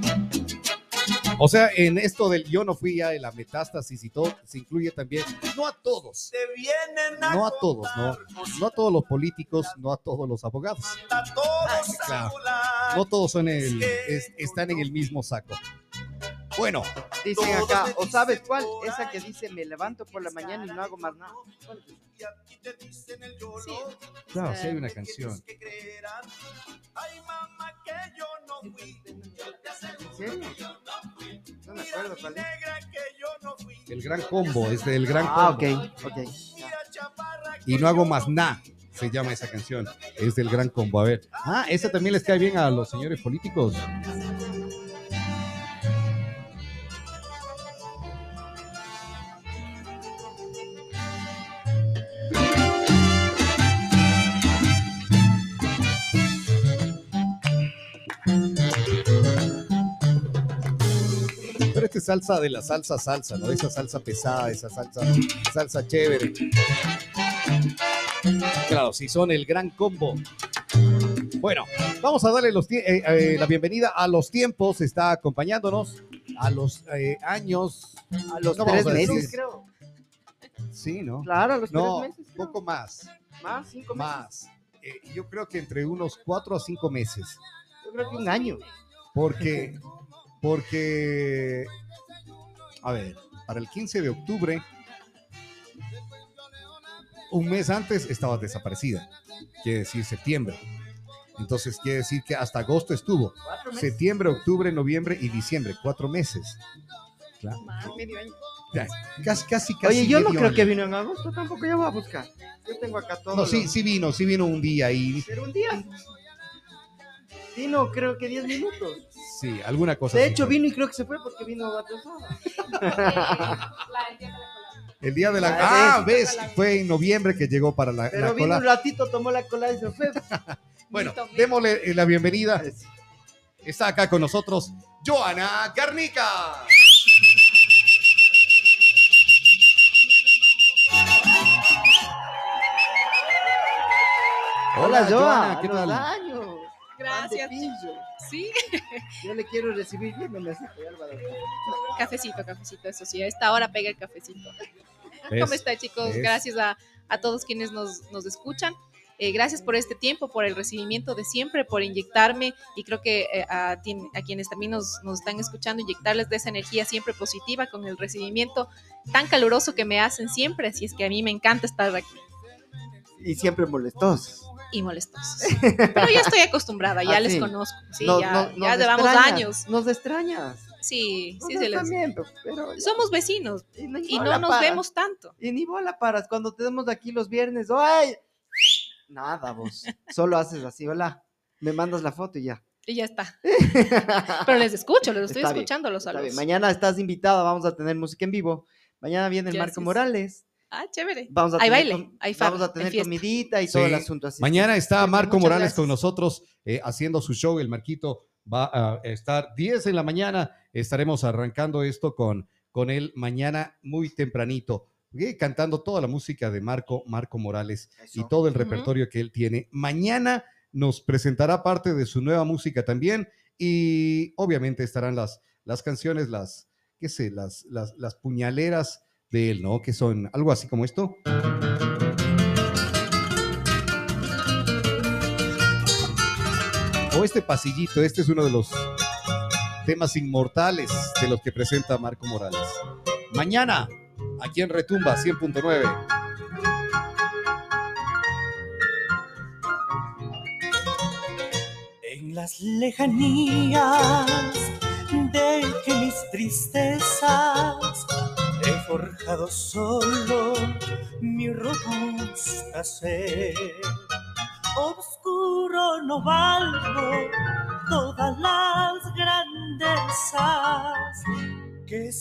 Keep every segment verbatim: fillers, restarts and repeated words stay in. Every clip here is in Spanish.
O sea, en esto del yo no fui ya de la metástasis y todo, se incluye también, no a todos, no a todos, no, no a todos los políticos, no a todos los abogados. Ah, claro, no todos son el, es, están en el mismo saco. Bueno, dicen acá, ¿o sabes cuál? Esa que dice, me levanto por la mañana y no hago más nada. Sí, claro, sí hay una canción. ¿Sí? No me acuerdo cuál es. El Gran Combo, es del Gran ah, Combo. Ah, ok, ok. Y no hago más nada, se llama esa canción. Es del Gran Combo. A ver. Ah, esa también les cae bien a los señores políticos. Pero esta es salsa de la salsa salsa, ¿no? Esa salsa pesada, esa salsa, salsa chévere. Claro, si son el Gran Combo. Bueno, vamos a darle los eh, eh, la bienvenida a los tiempos. Está acompañándonos a los eh, años. A los no tres a meses, decir. creo. Sí, ¿no? Claro, a los no, tres meses. Un poco más. ¿Más? ¿Cinco meses? Más. Eh, yo creo que entre unos cuatro a cinco meses. Yo creo que un año. Porque, porque, a ver, para el quince de octubre, un mes antes estabas desaparecida. Quiere decir septiembre. Entonces quiere decir que hasta agosto estuvo. Septiembre, octubre, noviembre y diciembre. Cuatro meses. Claro. Más, medio año. Ya, casi, casi, casi. Oye, yo no creo año. que vino en agosto, tampoco ya voy a buscar. Yo tengo acá todo. No, sí, lo... sí vino, sí vino un día ahí. Pero un día. Vino, creo que diez minutos. Sí, alguna cosa. De así hecho, fue. vino y creo que se fue porque vino atrasada. El día de la. Ah, Ah, ves, fue en noviembre que llegó para la, Pero la vino cola. un ratito, tomó la cola y se fue. Bueno, démosle la bienvenida. Está acá con nosotros Joana Garnica. Hola, Joana, ¿qué ¿qué tal? tal? Años. Gracias. Sí. Yo le quiero recibir bien, no me hace Álvaro. Cafecito, cafecito, eso sí. A esta hora pega el cafecito. ¿Ves? ¿Cómo está, chicos? ¿Ves? Gracias a, a todos quienes nos, nos escuchan. Eh, gracias por este tiempo, por el recibimiento de siempre, por inyectarme y creo que eh, a, a quienes también nos, nos están escuchando, inyectarles de esa energía siempre positiva con el recibimiento tan caluroso que me hacen siempre. Así es que a mí me encanta estar aquí. Y siempre molestosos. Y molestosos. Pero ya estoy acostumbrada, ya Ah, les sí. conozco. Sí, No, ya, no, ya nos llevamos extrañas, años. Nos extrañas. Sí, sí, Nosotros se les... también, pero ya. Somos vecinos Y, ni y bola no nos paras. vemos tanto. Y ni bola paras. Cuando tenemos aquí los viernes, ¡ay! Nada, vos. Solo haces así, hola. Me mandas la foto y ya. Y ya está. Pero les escucho, les estoy Está bien, escuchando los está saludos. bien. Mañana estás invitada, vamos a tener música en vivo. Mañana viene el Yes, Marco yes. Morales. Ah, chévere. Vamos a Hay tener, baile, com- hay farra, vamos a hay tener fiesta. comidita y Sí. todo el asunto así. Mañana está Siempre, Marco muchas Morales gracias. con nosotros eh, haciendo su show. El Marquito va a estar diez de la mañana. Estaremos arrancando esto con, con él mañana muy tempranito, eh, cantando toda la música de Marco, Marco Morales Eso. y todo el Ujú. repertorio que él tiene. Mañana nos presentará parte de su nueva música también y obviamente estarán las, las canciones, las, qué sé, las, las, las puñaleras de él, ¿no? Que son algo así como esto. O este pasillito, este es uno de los temas inmortales de los que presenta Marco Morales. Mañana, aquí en Retumba cien punto nueve. En las lejanías de que mis tristezas he forjado solo mi robusta ser. Obscuro no valgo todas las grandezas que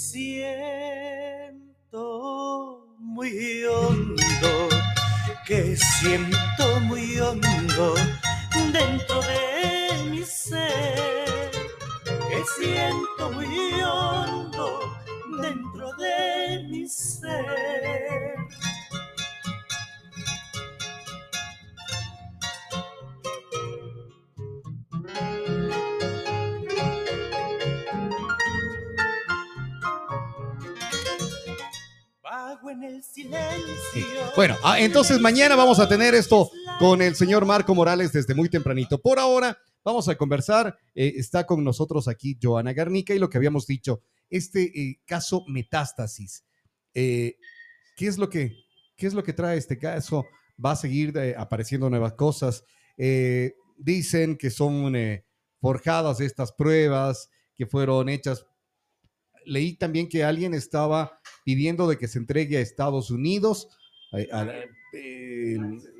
siento muy hondo, que siento muy hondo dentro de mi ser, que siento muy hondo dentro de mi ser. en el silencio. Bueno, ah, entonces mañana vamos a tener esto con el señor Marco Morales desde muy tempranito. Por ahora vamos a conversar, eh, está con nosotros aquí Joana Garnica y lo que habíamos dicho, este eh, caso Metástasis. Eh, ¿qué es lo que, qué es lo que trae este caso? Va a seguir eh, apareciendo nuevas cosas. Eh, dicen que son eh, forjadas estas pruebas, que fueron hechas. Leí también que alguien estaba pidiendo de que se entregue a Estados Unidos. Eh, a, eh,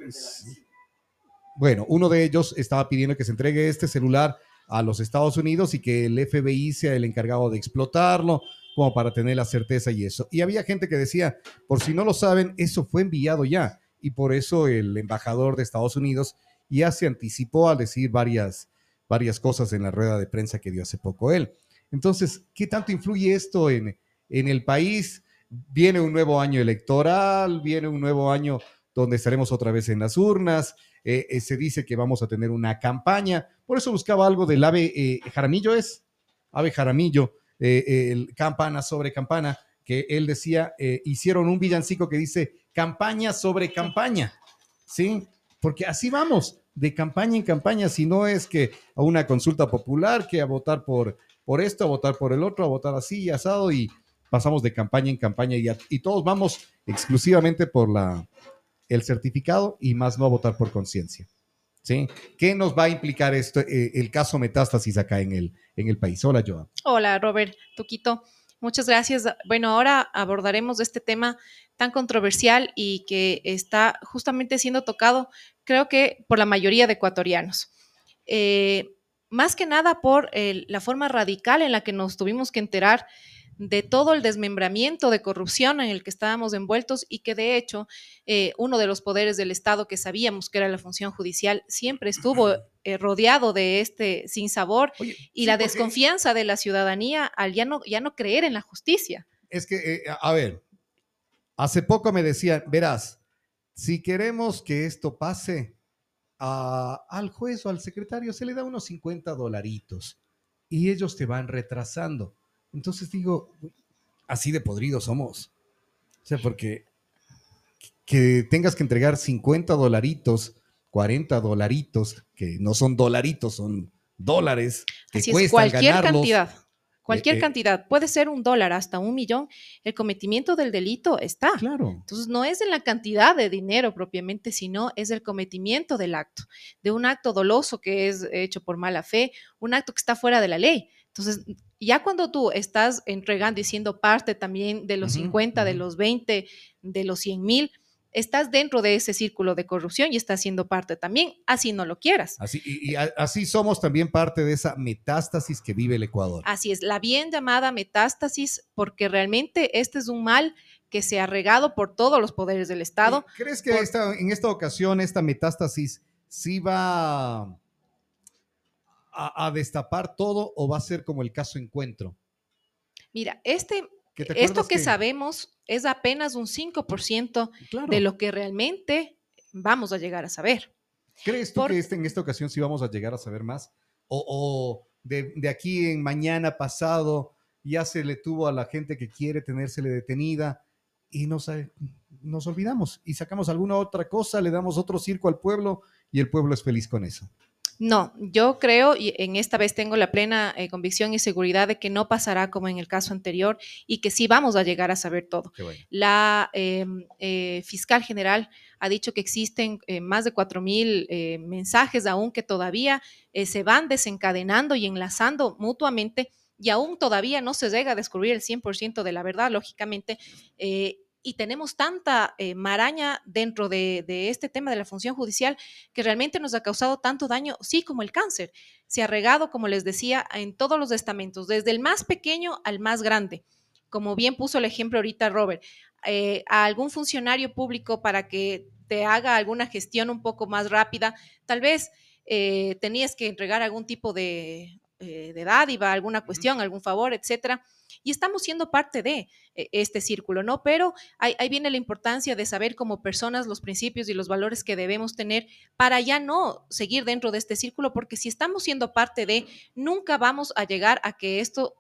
bueno, uno de ellos estaba pidiendo que se entregue este celular a los Estados Unidos y que el F B I sea el encargado de explotarlo, como para tener la certeza y eso. Y había gente que decía, por si no lo saben, eso fue enviado ya. Y por eso el embajador de Estados Unidos ya se anticipó al decir varias, varias cosas en la rueda de prensa que dio hace poco él. Entonces, ¿qué tanto influye esto en, en el país? Viene un nuevo año electoral, viene un nuevo año donde estaremos otra vez en las urnas. Eh, eh, se dice que vamos a tener una campaña. Por eso buscaba algo del ave eh, Jaramillo, ¿es? Ave Jaramillo, eh, eh, el campana sobre campana, que él decía, eh, hicieron un villancico que dice campaña sobre campaña, ¿sí? Porque así vamos, de campaña en campaña, si no es que a una consulta popular, que a votar por, por esto, a votar por el otro, a votar así y asado, y pasamos de campaña en campaña y, a, y todos vamos exclusivamente por la, el certificado y más no a votar por conciencia, ¿sí? ¿Qué nos va a implicar esto, eh, el caso Metástasis acá en el, en el país? Hola, Joa. Hola, Robert, Tuquito. Muchas gracias. Bueno, ahora abordaremos este tema tan controversial y que está justamente siendo tocado, creo que por la mayoría de ecuatorianos. Eh, más que nada por eh, la forma radical en la que nos tuvimos que enterar de todo el desmembramiento de corrupción en el que estábamos envueltos y que de hecho eh, uno de los poderes del Estado que sabíamos que era la función judicial siempre estuvo eh, rodeado de este sinsabor. Oye, y sí, la desconfianza de la ciudadanía al ya no, ya no creer en la justicia. Es que, eh, a ver, hace poco me decían, verás, si queremos que esto pase, a, al juez o al secretario se le da unos cincuenta dolaritos y ellos te van retrasando. Entonces digo, así de podridos somos. O sea, porque que tengas que entregar cincuenta dolaritos, cuarenta dolaritos, que no son dolaritos, son dólares, que así cuestan es, cualquier ganarlos. cantidad. Cualquier eh, eh, cantidad, puede ser un dólar hasta un millón, el cometimiento del delito está. Claro. Entonces no es en la cantidad de dinero propiamente, sino es el cometimiento del acto, de un acto doloso que es hecho por mala fe, un acto que está fuera de la ley. Entonces, ya cuando tú estás entregando y siendo parte también de los uh-huh, cincuenta, uh-huh. de los veinte, de los cien mil, estás dentro de ese círculo de corrupción y estás siendo parte también, así no lo quieras. Así, y, y así somos también parte de esa metástasis que vive el Ecuador. Así es, la bien llamada metástasis, porque realmente este es un mal que se ha regado por todos los poderes del Estado. ¿Crees que por... esta, en esta ocasión esta metástasis sí va a, a destapar todo o va a ser como el caso Encuentro? Mira, este... Esto que, que sabemos es apenas un cinco por ciento claro. de lo que realmente vamos a llegar a saber. ¿Crees tú Por... que este, en esta ocasión sí vamos a llegar a saber más? ¿O, o de, de aquí en mañana pasado ya se le tuvo a la gente que quiere tenérsele detenida y nos, nos olvidamos y sacamos alguna otra cosa, le damos otro circo al pueblo y el pueblo es feliz con eso? No, yo creo, y en esta vez tengo la plena eh, convicción y seguridad de que no pasará como en el caso anterior y que sí vamos a llegar a saber todo. Bueno. La eh, eh, fiscal general ha dicho que existen eh, más de cuatro mil eh, mensajes aún que todavía eh, se van desencadenando y enlazando mutuamente y aún todavía no se llega a descubrir el cien por ciento de la verdad, lógicamente. Eh, Y tenemos tanta eh, maraña dentro de, de este tema de la función judicial que realmente nos ha causado tanto daño, sí, como el cáncer. Se ha regado, como les decía, en todos los estamentos, desde el más pequeño al más grande. Como bien puso el ejemplo ahorita Robert, eh, a algún funcionario público para que te haga alguna gestión un poco más rápida, tal vez eh, tenías que entregar algún tipo de, eh, de dádiva, alguna cuestión, algún favor, etcétera. Y estamos siendo parte de eh, este círculo, ¿no? Pero ahí, ahí viene la importancia de saber como personas los principios y los valores que debemos tener para ya no seguir dentro de este círculo, porque si estamos siendo parte de, nunca vamos a llegar a que esto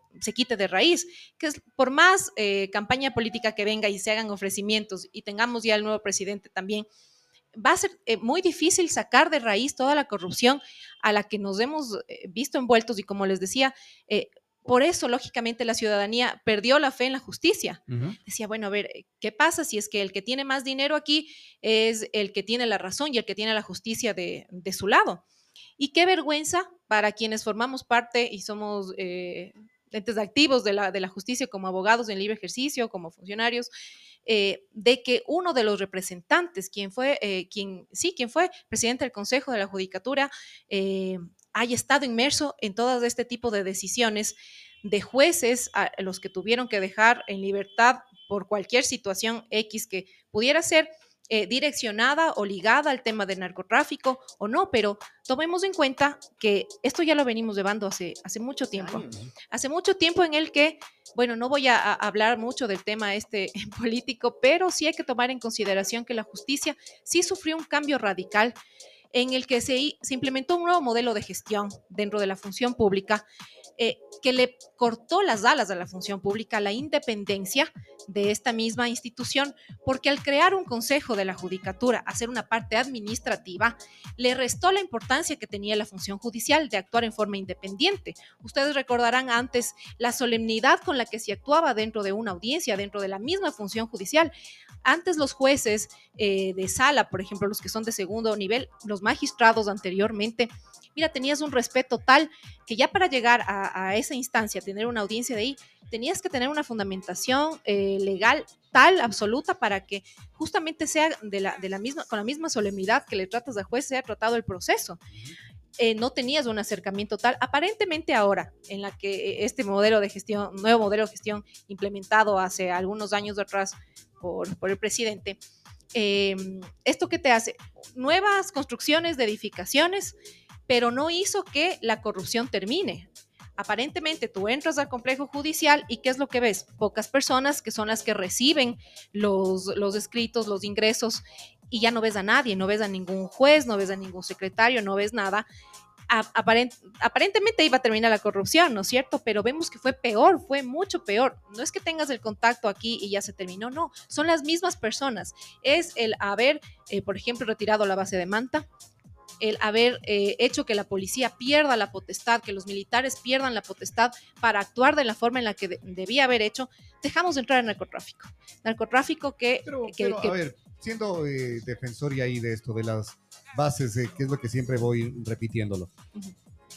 se quite de raíz, que es por más eh, campaña política que venga y se hagan ofrecimientos y tengamos ya el nuevo presidente también, va a ser eh, muy difícil sacar de raíz toda la corrupción a la que nos hemos eh, visto envueltos y como les decía, eh, por eso lógicamente la ciudadanía perdió la fe en la justicia. Uh-huh. Decía, bueno, a ver, ¿qué pasa si es que el que tiene más dinero aquí es el que tiene la razón y el que tiene la justicia de, de su lado? Y qué vergüenza para quienes formamos parte y somos eh, entes activos de la, de la justicia como abogados en libre ejercicio, como funcionarios, Eh, de que uno de los representantes, quien fue, eh, quien, sí, quien fue presidente del Consejo de la Judicatura, eh, haya estado inmerso en todo este tipo de decisiones de jueces a los que tuvieron que dejar en libertad por cualquier situación X que pudiera ser eh, direccionada o ligada al tema del narcotráfico o no, pero tomemos en cuenta que esto ya lo venimos llevando hace, hace mucho tiempo, hace mucho tiempo en el que, bueno, no voy a, a hablar mucho del tema este político, pero sí hay que tomar en consideración que la justicia sí sufrió un cambio radical en el que se, se implementó un nuevo modelo de gestión dentro de la función pública eh, que le cortó las alas a la función pública, la independencia de esta misma institución, porque al crear un consejo de la judicatura, hacer una parte administrativa, le restó la importancia que tenía la función judicial de actuar en forma independiente. Ustedes recordarán antes la solemnidad con la que se actuaba dentro de una audiencia, dentro de la misma función judicial. Antes los jueces eh, de sala, por ejemplo, los que son de segundo nivel, los magistrados anteriormente, mira, tenías un respeto tal que ya para llegar a, a esa instancia, tener una audiencia de ahí, tenías que tener una fundamentación eh, legal tal, absoluta, para que justamente sea de la, de la misma, con la misma solemnidad que le tratas al juez, sea tratado el proceso. Eh, no tenías un acercamiento tal. Aparentemente ahora, en la que este modelo de gestión, nuevo modelo de gestión implementado hace algunos años atrás por, por el presidente, eh, ¿esto qué te hace? Nuevas construcciones de edificaciones, pero no hizo que la corrupción termine. Aparentemente tú entras al complejo judicial y ¿qué es lo que ves? Pocas personas que son las que reciben los, los escritos, los ingresos, y ya no ves a nadie, no ves a ningún juez, no ves a ningún secretario, no ves nada. Aparent, aparentemente iba a terminar la corrupción, ¿no es cierto? Pero vemos que fue peor, fue mucho peor. No es que tengas el contacto aquí y ya se terminó, no. Son las mismas personas. Es el haber, eh, por ejemplo, retirado la base de Manta, el haber eh, hecho que la policía pierda la potestad, que los militares pierdan la potestad para actuar de la forma en la que de, debía haber hecho. Dejamos de entrar en narcotráfico. Narcotráfico que... Pero, que, pero que a ver, siendo eh, defensor y ahí de esto, de las bases, eh, que es lo que siempre voy repitiéndolo. Uh-huh.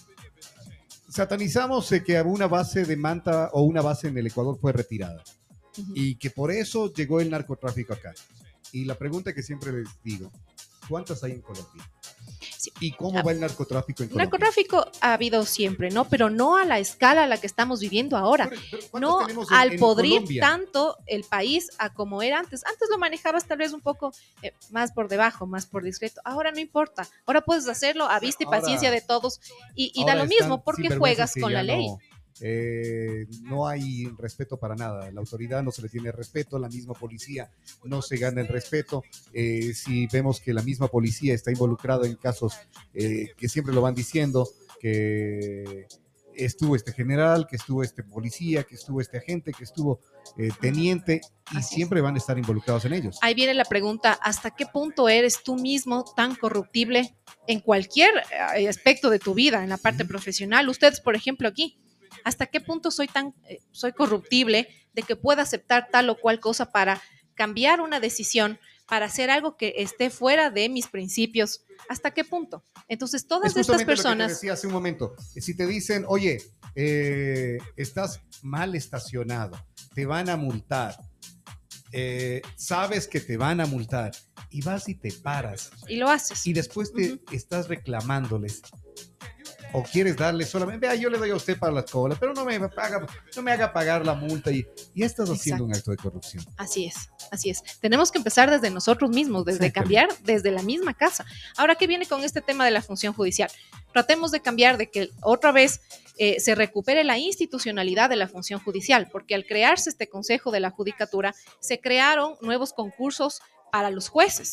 Satanizamos eh, que una base de Manta o una base en el Ecuador fue retirada. Uh-huh. Y que por eso llegó el narcotráfico acá. Y la pregunta que siempre les digo, ¿cuántas hay en Colombia? Sí. ¿Y cómo va el narcotráfico en Colombia? Narcotráfico ha habido siempre, ¿no? Pero no a la escala a la que estamos viviendo ahora. Pero, pero no en, al en podrir Colombia? Tanto el país a como era antes. Antes lo manejabas tal vez un poco eh, más por debajo, más por discreto. Ahora no importa. Ahora puedes hacerlo a vista y ahora, paciencia de todos y, y da lo mismo porque juegas con la ley. No. Eh, no hay respeto para nada, la autoridad no se le tiene respeto, la misma policía no se gana el respeto. Eh, si vemos que la misma policía está involucrada en casos eh, que siempre lo van diciendo, que estuvo este general, que estuvo este policía, que estuvo este agente, que estuvo eh, teniente, y así siempre van a estar involucrados en ellos. Ahí viene la pregunta, ¿hasta qué punto eres tú mismo tan corruptible en cualquier aspecto de tu vida, en la parte uh-huh. profesional? Ustedes, por ejemplo, aquí, ¿hasta qué punto soy tan eh, soy corruptible de que pueda aceptar tal o cual cosa para cambiar una decisión, para hacer algo que esté fuera de mis principios? ¿Hasta qué punto? Entonces, todas estas personas... Lo que te decía hace un momento, si te dicen, oye, eh, estás mal estacionado, te van a multar, eh, sabes que te van a multar, y vas y te paras. Y lo haces. Y después te uh-huh. estás reclamándoles. O quieres darle solamente, vea, yo le doy a usted para las colas, pero no me, paga, no me haga pagar la multa y, y estás haciendo Exacto. un acto de corrupción. Así es, así es. Tenemos que empezar desde nosotros mismos, desde cambiar desde la misma casa. Ahora, ¿qué viene con este tema de la función judicial? Tratemos de cambiar, de que otra vez eh, se recupere la institucionalidad de la función judicial, porque al crearse este Consejo de la Judicatura, se crearon nuevos concursos para los jueces.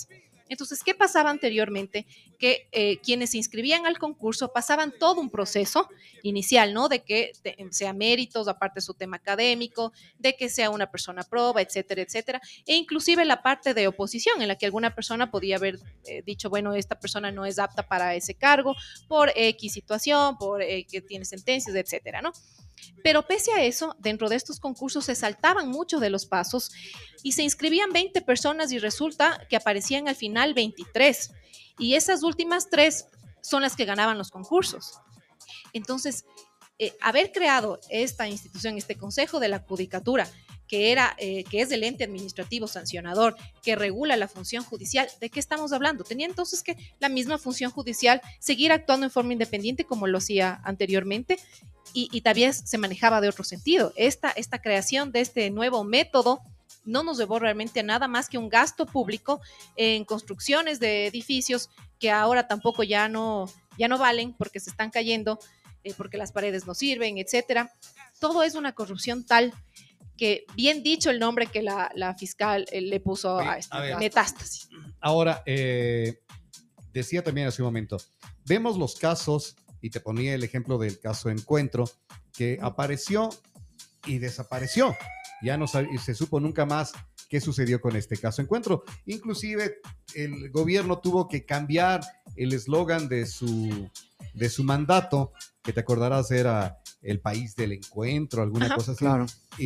Entonces, ¿qué pasaba anteriormente? Que eh, quienes se inscribían al concurso pasaban todo un proceso inicial, ¿no? De que te, sea méritos, aparte de su tema académico, de que sea una persona proba, etcétera, etcétera, e inclusive la parte de oposición, en la que alguna persona podía haber eh, dicho, bueno, esta persona no es apta para ese cargo por X situación, por eh, que tiene sentencias, etcétera, ¿no? Pero pese a eso, dentro de estos concursos se saltaban muchos de los pasos y se inscribían veinte personas y resulta que aparecían al final veintitrés. Y esas últimas tres son las que ganaban los concursos. Entonces, eh, haber creado esta institución, este Consejo de la Judicatura, que, era, eh, que es el ente administrativo sancionador, que regula la función judicial, ¿de qué estamos hablando? Tenía entonces que la misma función judicial seguir actuando en forma independiente como lo hacía anteriormente, y, y también se manejaba de otro sentido. Esta, esta creación de este nuevo método no nos llevó realmente a nada más que un gasto público en construcciones de edificios que ahora tampoco ya no, ya no valen porque se están cayendo, eh, porque las paredes no sirven, etcétera. Todo es una corrupción tal que, bien dicho el nombre que la, la fiscal eh, le puso a esta metástasis. Ahora, eh, decía también hace un momento, vemos los casos, y te ponía el ejemplo del caso Encuentro, que apareció y desapareció. Ya no se, se supo nunca más qué sucedió con este caso Encuentro. Inclusive el gobierno tuvo que cambiar el eslogan de su, de su mandato, que te acordarás era el país del encuentro, alguna Ajá, cosa así, claro.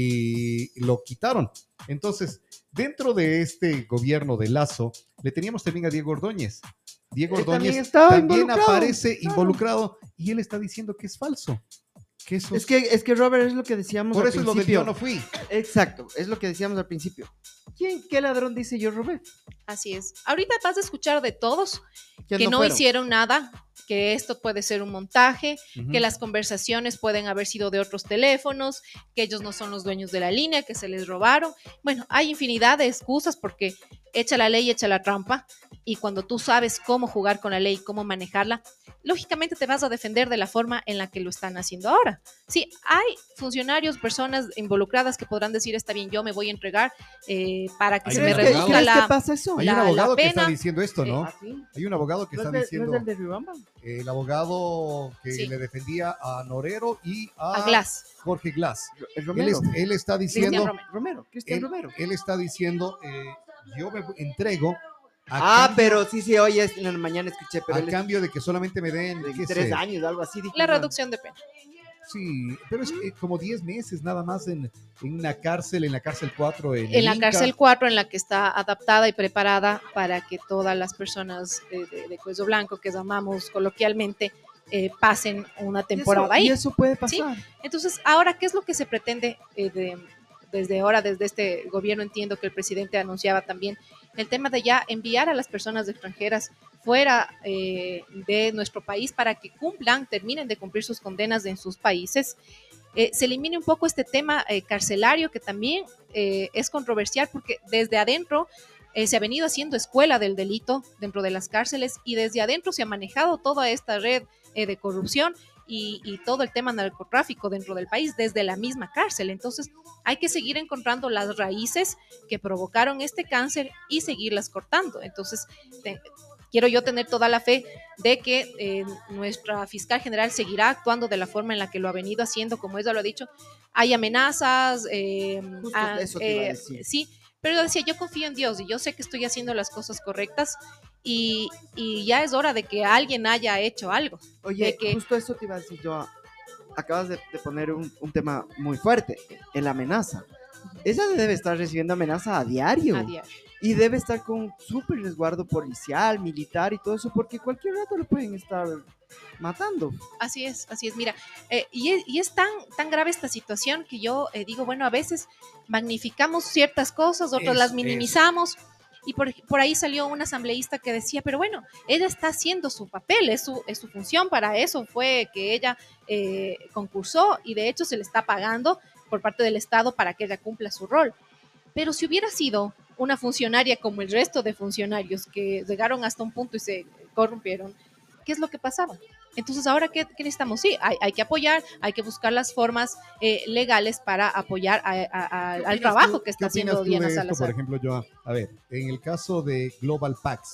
Y lo quitaron. Entonces, dentro de este gobierno de Lazo, le teníamos también a Diego Ordóñez. Diego Ordóñez también, también aparece claro. involucrado y él está diciendo que es falso. Que eso es, que, es que, Robert, es lo que decíamos Por al eso principio. es lo del yo no fui. Exacto, es lo que decíamos al principio. ¿Quién, qué ladrón dice yo robé? Así es. Ahorita vas a escuchar de todos que no, no hicieron nada, que esto puede ser un montaje, uh-huh. que las conversaciones pueden haber sido de otros teléfonos, que ellos no son los dueños de la línea, que se les robaron. Bueno, hay infinidad de excusas porque echa la ley, echa la trampa, y cuando tú sabes cómo jugar con la ley, cómo manejarla, lógicamente te vas a defender de la forma en la que lo están haciendo ahora. Sí, hay funcionarios, personas involucradas que podrán decir, está bien, yo me voy a entregar eh, para que hay se me reduzca la, ¿qué pasa eso? Hay un abogado que está diciendo esto, ¿no? Eh, ¿sí? Hay un abogado que ¿No está es de, diciendo... ¿no es el de Riobamba? Eh, el abogado que sí. le defendía a Norero y a, a Glass. Jorge Glass. El Romero. Él, es, él está diciendo... Cristian Romero. Cristian él, Romero. Él está diciendo, eh, yo me entrego... Ah, cambio, pero sí, sí, hoy en la mañana escuché. Pero a cambio de que solamente me den... De tres sé, años, algo así. La reducción de pena. Sí, pero es eh, como diez meses nada más en, en una cárcel, en la cárcel cuatro. En, en la Inca. cárcel cuatro, en la que está adaptada y preparada para que todas las personas eh, de, de cuello blanco, que llamamos coloquialmente, eh, pasen una temporada y eso, ahí. Y eso puede pasar. ¿Sí? Entonces, ahora, ¿qué es lo que se pretende eh, de, desde ahora, desde este gobierno? Entiendo que el presidente anunciaba también el tema de ya enviar a las personas extranjeras fuera eh, de nuestro país para que cumplan, terminen de cumplir sus condenas en sus países. Eh, se elimine un poco este tema eh, carcelario que también eh, es controversial porque desde adentro eh, se ha venido haciendo escuela del delito dentro de las cárceles y desde adentro se ha manejado toda esta red eh, de corrupción y, y todo el tema narcotráfico dentro del país desde la misma cárcel. Entonces hay que seguir encontrando las raíces que provocaron este cáncer y seguirlas cortando. Entonces te, quiero yo tener toda la fe de que eh, nuestra fiscal general seguirá actuando de la forma en la que lo ha venido haciendo, como ella lo ha dicho. Hay amenazas, eh, a, eso te iba a decir. Eh, sí, pero yo decía, yo confío en Dios y yo sé que estoy haciendo las cosas correctas y, y ya es hora de que alguien haya hecho algo. Oye, que, justo eso te iba a decir yo. Acabas de, de poner un, un tema muy fuerte, la amenaza. Ella debe estar recibiendo amenaza a diario. A diario. Y debe estar con súper resguardo policial, militar y todo eso, porque cualquier rato lo pueden estar matando. Así es, así es. Mira, eh, y, es, y es tan, tan grave esta situación que yo eh, digo, bueno, a veces magnificamos ciertas cosas, otras es, las minimizamos. Es. Y por, por ahí salió un asambleísta que decía, pero bueno, ella está haciendo su papel, es su, es su función, para eso fue que ella eh, concursó y de hecho se le está pagando por parte del Estado para que ella cumpla su rol. Pero si hubiera sido una funcionaria como el resto de funcionarios que llegaron hasta un punto y se corrompieron, ¿qué es lo que pasaba? Entonces, ¿ahora qué, qué necesitamos? Sí, hay, hay que apoyar, hay que buscar las formas eh, legales para apoyar a, a, a, al trabajo tú, que está haciendo Diana Salazar. Por ejemplo, yo, a ver, en el caso de Global Pax,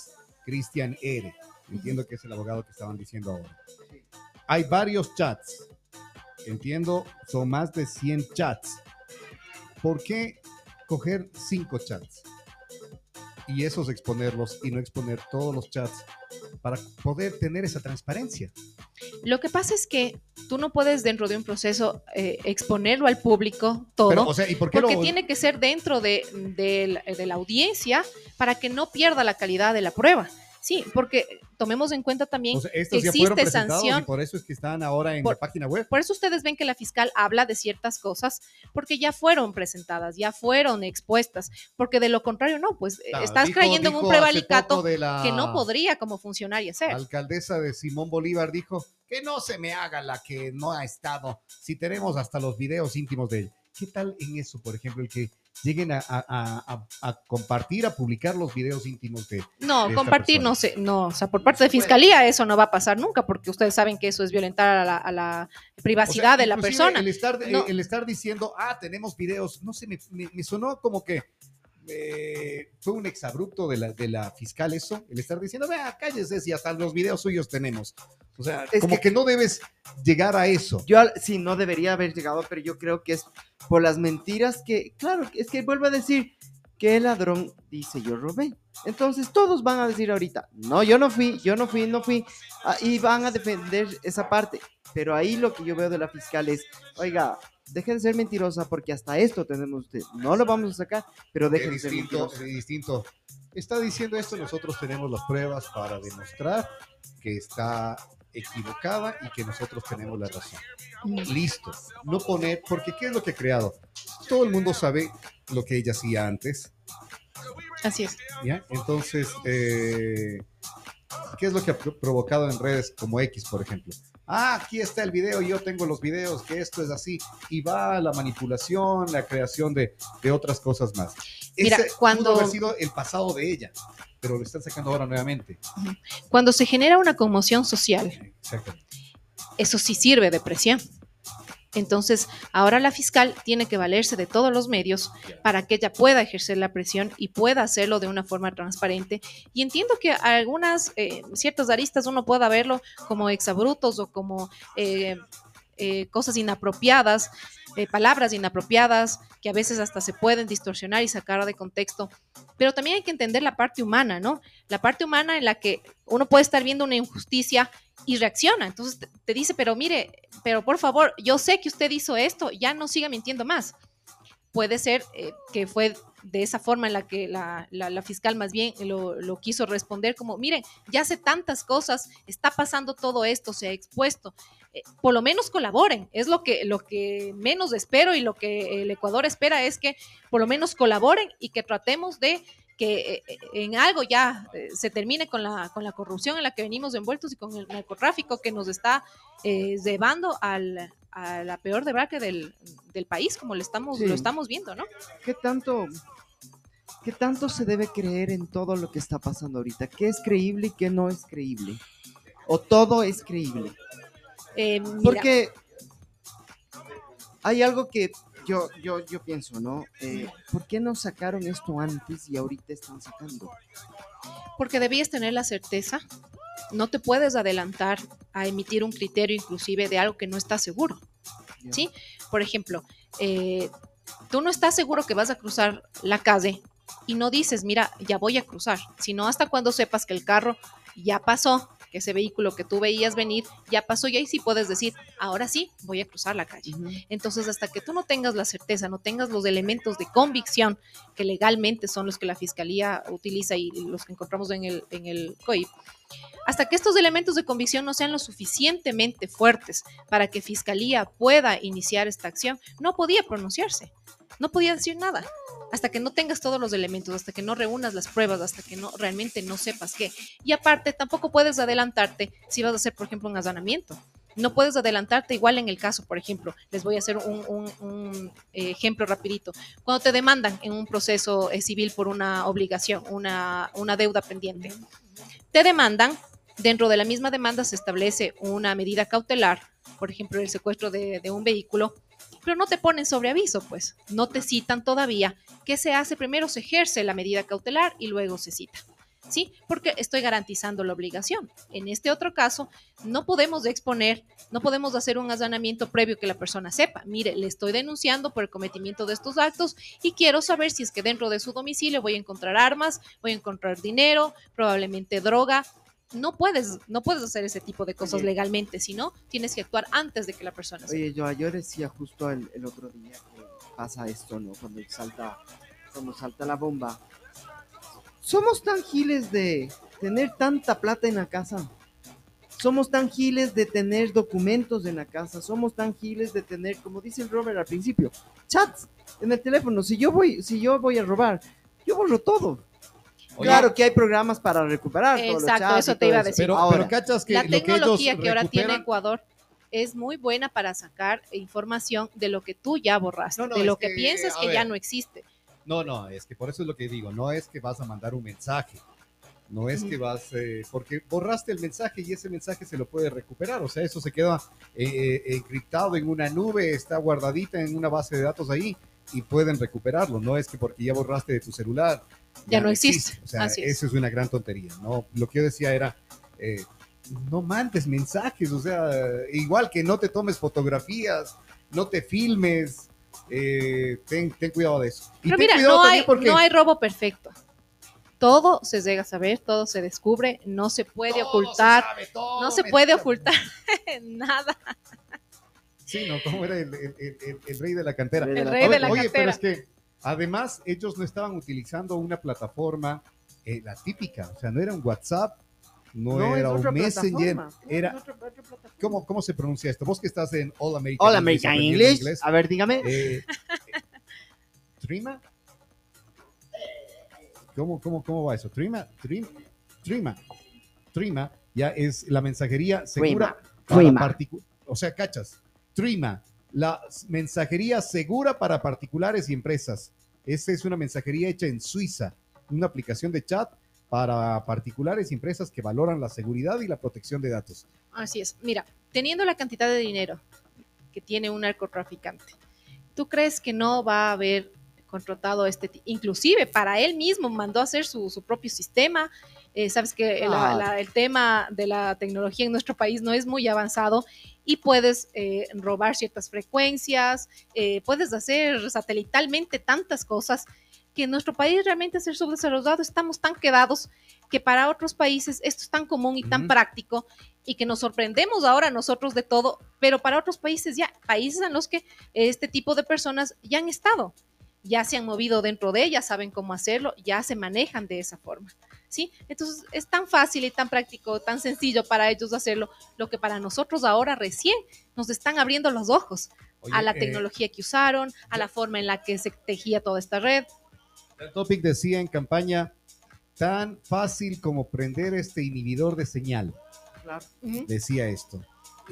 Cristian R. Entiendo que es el abogado que estaban diciendo ahora. Hay varios chats. Entiendo, son más de cien chats. ¿Por qué coger cinco chats y esos exponerlos y no exponer todos los chats para poder tener esa transparencia? Lo que pasa es que tú no puedes dentro de un proceso eh, exponerlo al público todo, Pero, o sea, ¿y por qué porque lo... tiene que ser dentro de, de, de la audiencia para que no pierda la calidad de la prueba. Sí, porque tomemos en cuenta también O sea, que estos ya fueron existe presentados sanción. y por eso es que están ahora en Por- la página web. Por eso ustedes ven que la fiscal habla de ciertas cosas porque ya fueron presentadas, ya fueron expuestas, porque de lo contrario no, pues Claro, estás dijo- creyendo en un dijo hace prevaricato poco de la que no podría como funcionar y hacer. alcaldesa de Simón Bolívar dijo que no se me haga la que no ha estado, si tenemos hasta los videos íntimos de ella. ¿Qué tal en eso, por ejemplo, el que lleguen a, a- a- a compartir, a publicar los videos íntimos de... No, de esta compartir persona? no sé, no, o sea, por parte de fiscalía eso no va a pasar nunca, porque ustedes saben que eso es violentar a la, a la privacidad O sea, de la inclusive persona. El estar, No. el estar diciendo, ah, tenemos videos, no sé, me, me- me sonó como que eh, fue un exabrupto de la, de la fiscal eso, el estar diciendo, vea, cállese, si hasta los videos suyos tenemos. O sea, Es como que- que, no debes llegar a eso. Yo al- sí, no debería haber llegado, pero yo creo que es por las mentiras que, claro, es que vuelvo a decir que el ladrón dice yo robé. Entonces todos van a decir ahorita, no, yo no fui, yo no fui, no fui, ah, y van a defender esa parte. Pero ahí lo que yo veo de la fiscal es, oiga, deje de ser mentirosa porque hasta esto tenemos usted. No lo vamos a sacar, pero deje Es de ser distinto, mentirosa. es distinto. Está diciendo esto, nosotros tenemos las pruebas para demostrar que está equivocada y que nosotros tenemos la razón. Listo. No poner, porque ¿qué es lo que ha creado? Todo el mundo sabe lo que ella hacía antes, Así es. ¿ya? Entonces, eh, ¿qué es lo que ha pro- provocado en redes como X, por ejemplo? Ah, aquí está el video, yo tengo los videos, que esto es así, y va la manipulación, la creación de, de otras cosas más. Mira, Ese cuando- pudo haber sido el pasado de ella, pero lo están sacando ahora nuevamente. Cuando se genera una conmoción social, Exactamente. eso sí sirve de presión. Entonces, ahora la fiscal tiene que valerse de todos los medios para que ella pueda ejercer la presión y pueda hacerlo de una forma transparente. Y entiendo que algunas, eh, ciertas aristas uno pueda verlo como exabrutos o como eh, eh, cosas inapropiadas, eh, palabras inapropiadas que a veces hasta se pueden distorsionar y sacar de contexto. Pero también hay que entender la parte humana, ¿no? La parte humana en la que uno puede estar viendo una injusticia y reacciona. Entonces te, te dice, pero mire, pero por favor, yo sé que usted hizo esto, ya no siga mintiendo más. Puede ser eh, que fue de esa forma en la que la, la, la fiscal más bien lo, lo quiso responder como, miren, ya hace tantas cosas, está pasando todo esto, se ha expuesto, eh, por lo menos colaboren, es lo que, lo que menos espero y lo que el Ecuador espera es que por lo menos colaboren y que tratemos de que eh, en algo ya eh, se termine con la, con la corrupción en la que venimos envueltos y con el narcotráfico que nos está eh, llevando al, a la peor debacle del, del país, como lo estamos, Sí. lo estamos viendo, ¿no? ¿Qué tanto, ¿Qué tanto se debe creer en todo lo que está pasando ahorita? ¿Qué es creíble y qué no es creíble? ¿O todo es creíble? Eh, mira, Porque hay algo que yo, yo, yo pienso, ¿no? Eh, ¿Por qué no sacaron esto antes y ahorita están sacando? porque debías tener la certeza, no te puedes adelantar a emitir un criterio inclusive de algo que no estás seguro, Ya. ¿sí? Por ejemplo, eh, tú no estás seguro que vas a cruzar la calle y no dices, mira, ya voy a cruzar, sino hasta cuando sepas que el carro ya pasó, que ese vehículo que tú veías venir ya pasó y ahí sí puedes decir, ahora sí, voy a cruzar la calle. Ujú. Entonces, hasta que tú no tengas la certeza, no tengas los elementos de convicción que legalmente son los que la fiscalía utiliza y los que encontramos en el, en el C O I P, hasta que estos elementos de convicción no sean lo suficientemente fuertes para que fiscalía pueda iniciar esta acción, no podía pronunciarse, no podía decir nada. Hasta que no tengas todos los elementos, hasta que no reúnas las pruebas, hasta que no realmente no sepas qué. Y aparte, tampoco puedes adelantarte si vas a hacer, por ejemplo, un allanamiento. No puedes adelantarte igual en el caso, por ejemplo, les voy a hacer un, un, un ejemplo rapidito. Cuando te demandan en un proceso eh, civil por una obligación, una, una deuda pendiente, te demandan, dentro de la misma demanda se establece una medida cautelar, por ejemplo, el secuestro de, de un vehículo, pero no te ponen sobre aviso, pues, no te citan todavía. ¿Qué se hace? Primero se ejerce la medida cautelar y luego se cita. Sí, porque estoy garantizando la obligación. En este otro caso, no podemos exponer, no podemos hacer un allanamiento previo que la persona sepa. Mire, le estoy denunciando por el cometimiento de estos actos y quiero saber si es que dentro de su domicilio voy a encontrar armas, voy a encontrar dinero, probablemente droga. No puedes, no puedes hacer ese tipo de cosas Oye. legalmente, sino tienes que actuar antes de que la persona sepa. Oye, yo, yo decía justo el, el otro día que pasa esto, ¿no? Cuando salta, cuando salta la bomba. Somos tan giles de tener tanta plata en la casa. Somos tan giles de tener documentos en la casa. Somos tan giles de tener, como dice el Robert al principio, chats en el teléfono. Si yo voy, si yo voy a robar, yo borro todo. Oye, claro que hay programas para recuperar todos los Exacto, chats eso y te todo iba a eso. decir. Pero, Ahora, pero cachas que La lo que ellos tecnología que ahora tiene recuperan- Ecuador es muy buena para sacar información de lo que tú ya borraste, No, no, de es lo que, que, piensas a que ver. ya no existe. No, no, es que por eso es lo que digo, no es que vas a mandar un mensaje, no es que vas, eh, porque borraste el mensaje y ese mensaje se lo puede recuperar, o sea, eso se queda eh, eh, encriptado en una nube, está guardadita en una base de datos ahí y pueden recuperarlo, no es que porque ya borraste de tu celular Ya no existe, o sea, así es. eso es una gran tontería, ¿no? Lo que yo decía era, eh, no mandes mensajes, o sea, igual que no te tomes fotografías, no te filmes, eh, ten, ten cuidado de eso. Y Pero ten mira, cuidado no también hay, porque no hay robo perfecto. Todo se llega a saber, todo se descubre, no se puede todo ocultar, se sabe, todo, no se mentira. puede ocultar nada. Sí, ¿no? ¿Cómo era el, el- el- el- el rey de la cantera? El El A rey Oye, de la oye, pero cantera. es que además ellos no estaban utilizando una plataforma, eh, la típica, o sea, no era un WhatsApp, no, no, es era un otra Messenger, plataforma. No, era, es otra- otra plataforma. ¿cómo, ¿cómo se pronuncia esto? Vos que estás en All American Hola, English, American aprendiendo English. A ver, dígame. Eh, eh, ¿Trima? ¿Cómo, cómo, ¿Cómo va eso? ¿Trima? ¿Trima? ¿Trima? Trima ya es la mensajería segura Trima. para Trima. particu- O sea, cachas. Trima, la mensajería segura para particulares y empresas. Esta es una mensajería hecha en Suiza, una aplicación de chat para particulares y empresas que valoran la seguridad y la protección de datos. Así es. Mira, teniendo la cantidad de dinero que tiene un narcotraficante, ¿tú crees que no va a haber contratado este? ti- Inclusive para él mismo mandó a hacer su, su propio sistema. Eh, sabes que la- Ah. la- el tema de la tecnología en nuestro país no es muy avanzado y puedes eh, robar ciertas frecuencias, eh, puedes hacer satelitalmente tantas cosas que en nuestro país realmente ser subdesarrollado estamos tan quedados que para otros países esto es tan común y tan Ujú. práctico y que nos sorprendemos ahora nosotros de todo, pero para otros países ya, países en los que este tipo de personas ya han estado, ya se han movido dentro de ellas, saben cómo hacerlo, ya se manejan de esa forma, ¿sí? Entonces es tan fácil y tan práctico, tan sencillo para ellos hacerlo, lo que para nosotros ahora recién nos están abriendo los ojos Oye, a la eh, tecnología que usaron, a la forma en la que se tejía toda esta red. el Topic decía en campaña, tan fácil como prender este inhibidor de señal. Claro. Ujú. Decía esto.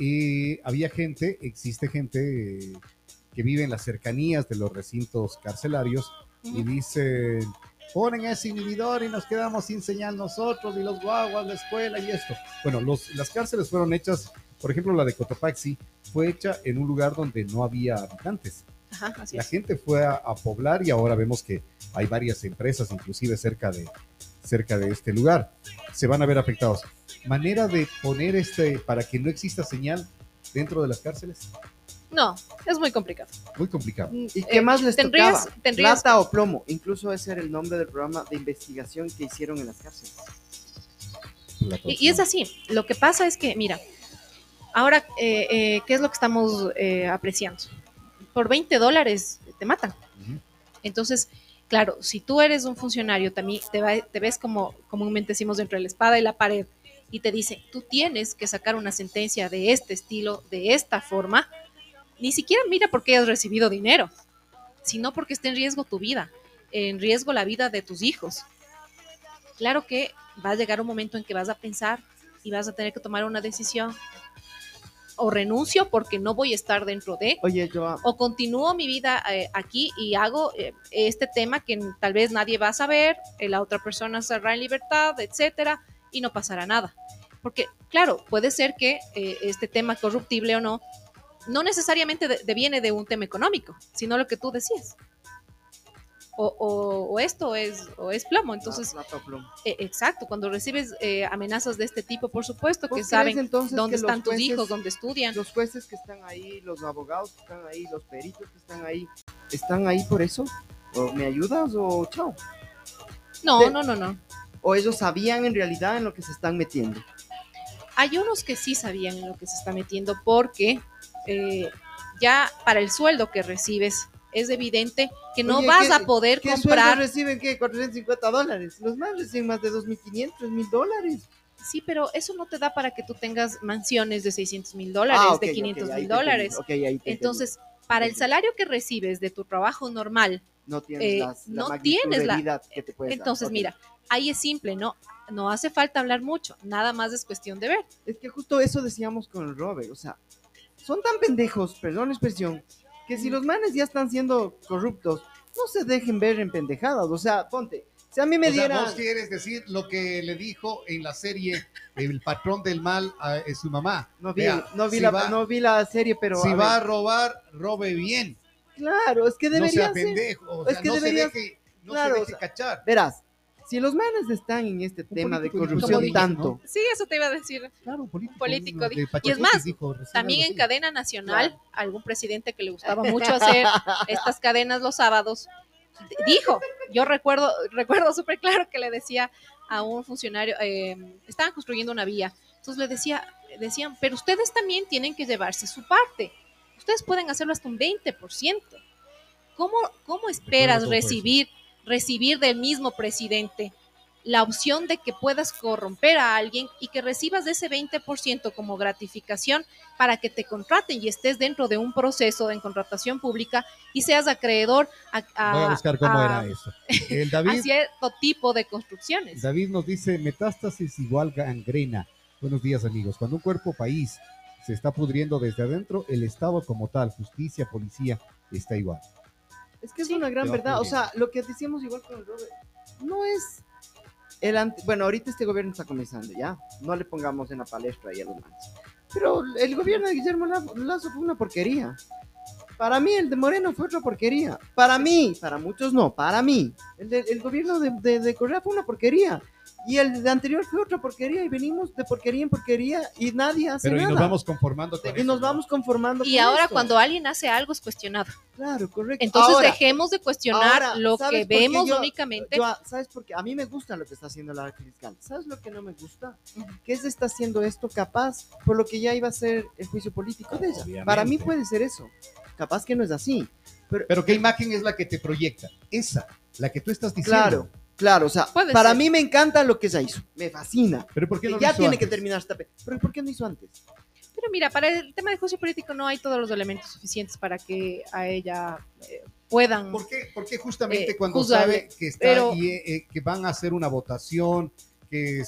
Y había gente, existe gente eh, que vive en las cercanías de los recintos carcelarios y dicen, ponen ese inhibidor y nos quedamos sin señal nosotros y los guaguas, la escuela y esto. Bueno, los, las cárceles fueron hechas, por ejemplo, la de Cotopaxi fue hecha en un lugar donde no había habitantes. Ajá, así La es. gente fue a, a poblar y ahora vemos que hay varias empresas, inclusive cerca de, cerca de este lugar. Se van a ver afectados. Manera de poner este para que no exista señal dentro de las cárceles. No, es muy complicado. Muy complicado. ¿Y qué Eh, más les tendrías- tocaba? tendrías- Plata o plomo. Incluso ese era el nombre del programa de investigación que hicieron en las cárceles. Y, y es así. Lo que pasa es que, mira, ahora, eh, eh, ¿qué es lo que estamos eh, apreciando? Por veinte dólares te matan. Ujú. Entonces, claro, si tú eres un funcionario, también te, va- te ves como comúnmente decimos entre la espada y la pared y te dicen, tú tienes que sacar una sentencia de este estilo, de esta forma, ni siquiera mira por qué has recibido dinero, sino porque está en riesgo tu vida, en riesgo la vida de tus hijos. Claro que va a llegar un momento en que vas a pensar y vas a tener que tomar una decisión. O renuncio porque no voy a estar dentro de, Oye, yo, o continúo mi vida eh, aquí y hago eh, este tema que tal vez nadie va a saber, eh, la otra persona saldrá en libertad, etcétera, y no pasará nada. Porque, claro, puede ser que eh, este tema corruptible o no, no necesariamente de- deviene de un tema económico, sino lo que tú decías. o, o, o esto es, o es plomo. Entonces, Plata o plomo. eh, exacto, cuando recibes eh, amenazas de este tipo, por supuesto que ¿Vos saben crees, entonces, dónde que están los tus jueces- hijos, dónde estudian. Los jueces que están ahí, los abogados que están ahí, los peritos que están ahí, ¿están ahí por eso? ¿O me ayudas o chao? No, de- no, no, no. ¿O ellos sabían en realidad en lo que se están metiendo? Hay unos que sí sabían en lo que se está metiendo porque eh, ya para el sueldo que recibes es evidente que no Oye, vas ¿qué- a poder ¿Qué comprar. sueldo reciben? ¿Qué? cuatrocientos cincuenta dólares. Los más reciben más de dos mil quinientos, tres mil dólares. Sí, pero eso no te da para que tú tengas mansiones de seiscientos mil dólares, Ah, ok, de ok, quinientos ahí mil te dólares. entendí. Ok, ahí te entendí. Entonces, para el Entendí. salario que recibes de tu trabajo normal, no tienes eh, las- la no magnitud tienes de la- vida que te puedes dar. entonces Ok. mira, ahí es simple, no, no hace falta hablar mucho, nada más es cuestión de ver. Es que justo eso decíamos con el Robert, o sea, son tan pendejos, perdón la expresión, que si los manes ya están siendo corruptos, no se dejen ver en pendejadas, o sea, ponte, si a mí me O sea, dieran... vos quieres decir lo que le dijo en la serie El patrón del mal a, a su mamá. No vi, Vea, no, vi si la, va, no vi la serie, pero... si a va ver, a robar, robe bien. claro, es que No debería sea ser... pendejo. O es sea, que no debería- se deje, no claro, se o deje sea, cachar. Verás, si los manes están en este tema de político dijo, corrupción como dije, tanto, Sí, eso te iba a decir. Claro, un político. político, uno di- de y es Pachacuti más, dijo recién También algo en así. cadena nacional, Claro. algún presidente que le gustaba mucho hacer estas cadenas los sábados, d- dijo, yo recuerdo, recuerdo súper claro que le decía a un funcionario, eh, estaban construyendo una vía, entonces le decía, decían, pero ustedes también tienen que llevarse su parte, ustedes pueden hacerlo hasta un veinte por ciento. ¿Cómo, cómo esperas todo recibir, recibir del mismo presidente la opción de que puedas corromper a alguien y que recibas de ese veinte por ciento como gratificación para que te contraten y estés dentro de un proceso de contratación pública y seas acreedor a, a- Voy a buscar cómo a- era eso. El a David, cierto tipo de construcciones? David nos dice, metástasis igual gangrena. Buenos días, amigos. Cuando un cuerpo país se está pudriendo desde adentro, el Estado como tal, justicia, policía, está igual. es que es Sí. una gran Te va verdad, o pudriendo. sea, lo que decíamos igual con el Robert, no es... El ante- bueno, ahorita este gobierno está comenzando, ¿ya? No le pongamos en la palestra ahí a los manes. Pero el gobierno de Guillermo La- Lazo fue una porquería. Para mí el de Moreno fue otra porquería. Para mí, para muchos no, para mí. El, de- el gobierno de, de, de Correa fue una porquería. Y el de anterior fue otra porquería. Y venimos de porquería en porquería y nadie hace Pero y nada. nos vamos conformando con y eso, nos ¿no? vamos conformando Y con ahora esto. cuando alguien hace algo es cuestionado. Claro, correcto. Entonces Ahora, dejemos de cuestionar ahora, lo ¿sabes que por qué vemos yo- únicamente. Yo, ¿sabes por qué? A mí me gusta lo que está haciendo la fiscal. ¿Sabes lo que no me gusta? Que se está haciendo esto capaz por lo que ya iba a ser el juicio político de ella. Obviamente. Para mí puede ser eso. Capaz que no es así. Pero, Pero ¿qué imagen es la que te proyecta? Esa, la que tú estás diciendo. claro, claro. O sea, Puede para ser. mí me encanta lo que ella hizo. Me fascina. Pero ¿por qué Que no lo ya hizo tiene antes? que terminar esta... pe- Pero ¿por qué no hizo antes? Pero mira, para el tema de juicio político no hay todos los elementos suficientes para que a ella eh, puedan. ¿Por qué? Porque justamente Eh, cuando juzgarle. sabe que está Pero- y, eh, que van a hacer una votación, que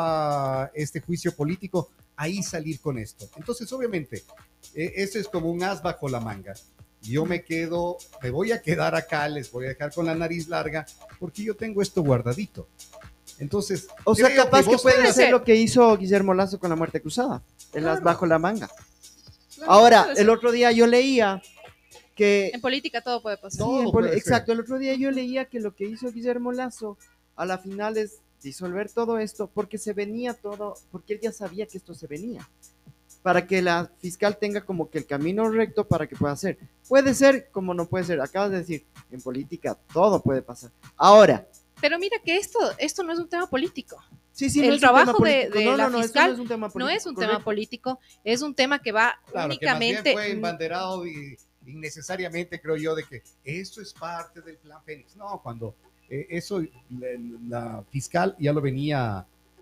está este juicio político, ahí salir con esto. Entonces, obviamente, eh, eso es como un as bajo la manga. Yo me quedo, me voy a quedar acá, les voy a dejar con la nariz larga, porque yo tengo esto guardadito. Entonces, O sea, creo capaz que, vos puede tengas- ser lo que hizo Guillermo Lazo con la muerte cruzada. El as Claro. bajo la manga. Claro, Ahora, puede el ser. otro día yo leía que... En política todo puede pasar. Sí, Todo en poli- puede ser. exacto, el otro día yo leía que lo que hizo Guillermo Lazo a la final es disolver todo esto porque se venía todo, porque él ya sabía que esto se venía, para que la fiscal tenga como que el camino recto para que pueda hacer. Puede ser como no puede ser, acabas de decir, en política todo puede pasar. Ahora, Pero mira que esto, esto no es un tema político. sí, sí, El no es un trabajo tema de- político. de no, la no, no, eso fiscal no es un tema político. No es un tema correcto. político, es un tema que va claro, que más bien únicamente. fue embanderado y innecesariamente, creo yo, de que esto es parte del plan Fénix. No, cuando eh, eso la, la fiscal ya lo venía,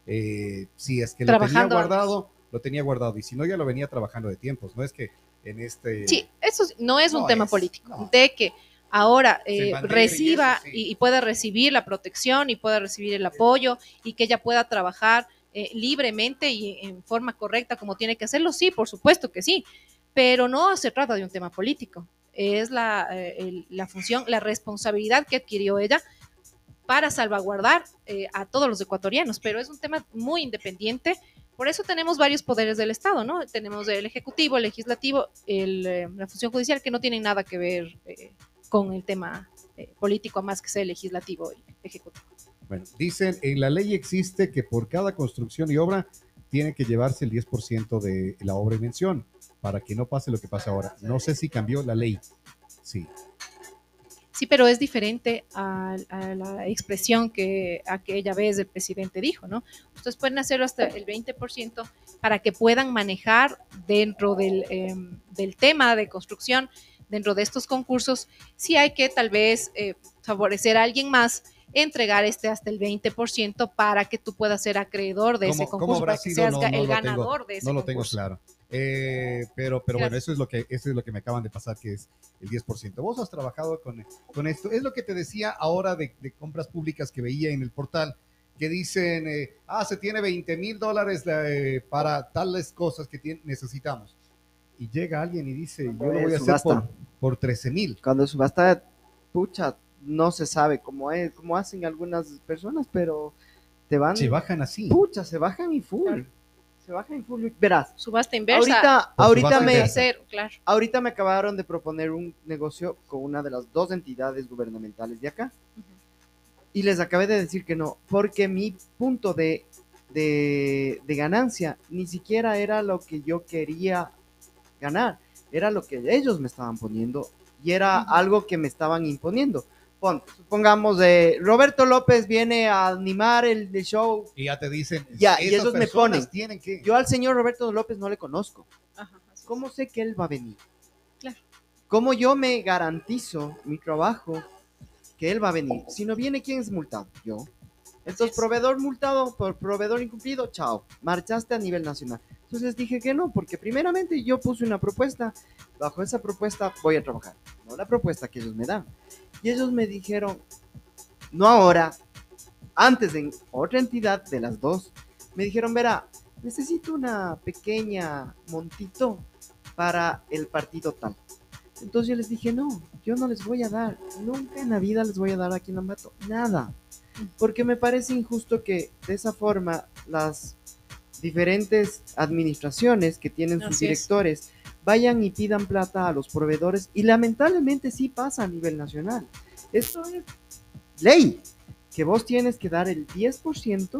eh, si es que lo tenía Trabajando guardado, lo tenía guardado, y si no, ya lo venía trabajando de tiempos. No es que en este... Sí, eso no es un No tema es, político. no. De que ahora Se eh, bandere y reciba eso, sí. y, y pueda recibir la protección y pueda recibir el apoyo y que ella pueda trabajar eh, libremente y en forma correcta como tiene que hacerlo, sí, por supuesto que sí, pero no se trata de un tema político. Es la, eh, el- la función, la responsabilidad que adquirió ella para salvaguardar eh, a todos los ecuatorianos, pero es un tema muy independiente. Por eso tenemos varios poderes del Estado, ¿no? Tenemos el Ejecutivo, el Legislativo, el, eh, la función judicial, que no tienen nada que ver eh, con el tema eh, político más que sea legislativo y ejecutivo. Bueno, dicen, en la ley existe que por cada construcción y obra tiene que llevarse el diez por ciento de la obra en mención para que no pase lo que pasa ahora. No sé si cambió la ley. Sí. Sí, pero es diferente a, a la expresión que aquella vez el presidente dijo, ¿no? Ustedes pueden hacerlo hasta el veinte por ciento para que puedan manejar dentro del, eh, del tema de construcción, dentro de estos concursos, si hay que tal vez eh, favorecer a alguien más, entregar este hasta el veinte por ciento para que tú puedas ser acreedor de ese concurso, para que seas no, no el ganador tengo, de ese concurso. No lo concurso. tengo claro. Eh, pero pero bueno, eso es, lo que, eso es lo que me acaban de pasar, que es el diez por ciento. Vos has trabajado con, con esto. Es lo que te decía ahora de, de compras públicas que veía en el portal, que dicen, eh, ah, se tiene veinte mil dólares eh, para tales cosas que tiene, necesitamos. Y llega alguien y dice, yo lo voy a hacer por, por trece mil. Cuando subasta, pucha, no se sabe cómo es, cómo hacen algunas personas, pero te van... Se bajan así. Pucha, se bajan y full. Claro. Se baja en full. Verás. Subasta inversa. Ahorita, ahorita, me, cero, claro. ahorita me acabaron de proponer un negocio con una de las dos entidades gubernamentales de acá. Uh-huh. Y les acabé de decir que no, porque mi punto de, de, de ganancia ni siquiera era lo que yo quería ganar. Era lo que ellos me estaban poniendo y era uh-huh. algo que me estaban imponiendo. Pon, supongamos, eh, Roberto López viene a animar el, el show. Y ya te dicen, ya, y ellos me ponen. Tienen que... Yo al señor Roberto López no le conozco. Ajá, ¿cómo sé que él va a venir? Claro. ¿Cómo yo me garantizo mi trabajo que él va a venir? Si no viene, ¿quién es multado? Yo. Entonces, proveedor multado por proveedor incumplido, chao, marchaste a nivel nacional. Entonces dije que no, porque primeramente yo puse una propuesta, bajo esa propuesta voy a trabajar, no la propuesta que ellos me dan. Y ellos me dijeron, no ahora, antes en otra entidad de las dos, me dijeron, verá, necesito una pequeña montito para el partido tal. Entonces yo les dije, no, yo no les voy a dar, nunca en la vida les voy a dar aquí en Ambato, nada. Porque me parece injusto que de esa forma las diferentes administraciones que tienen sus Así directores es. vayan y pidan plata a los proveedores y lamentablemente sí pasa a nivel nacional. Esto es ley, que vos tienes que dar el diez por ciento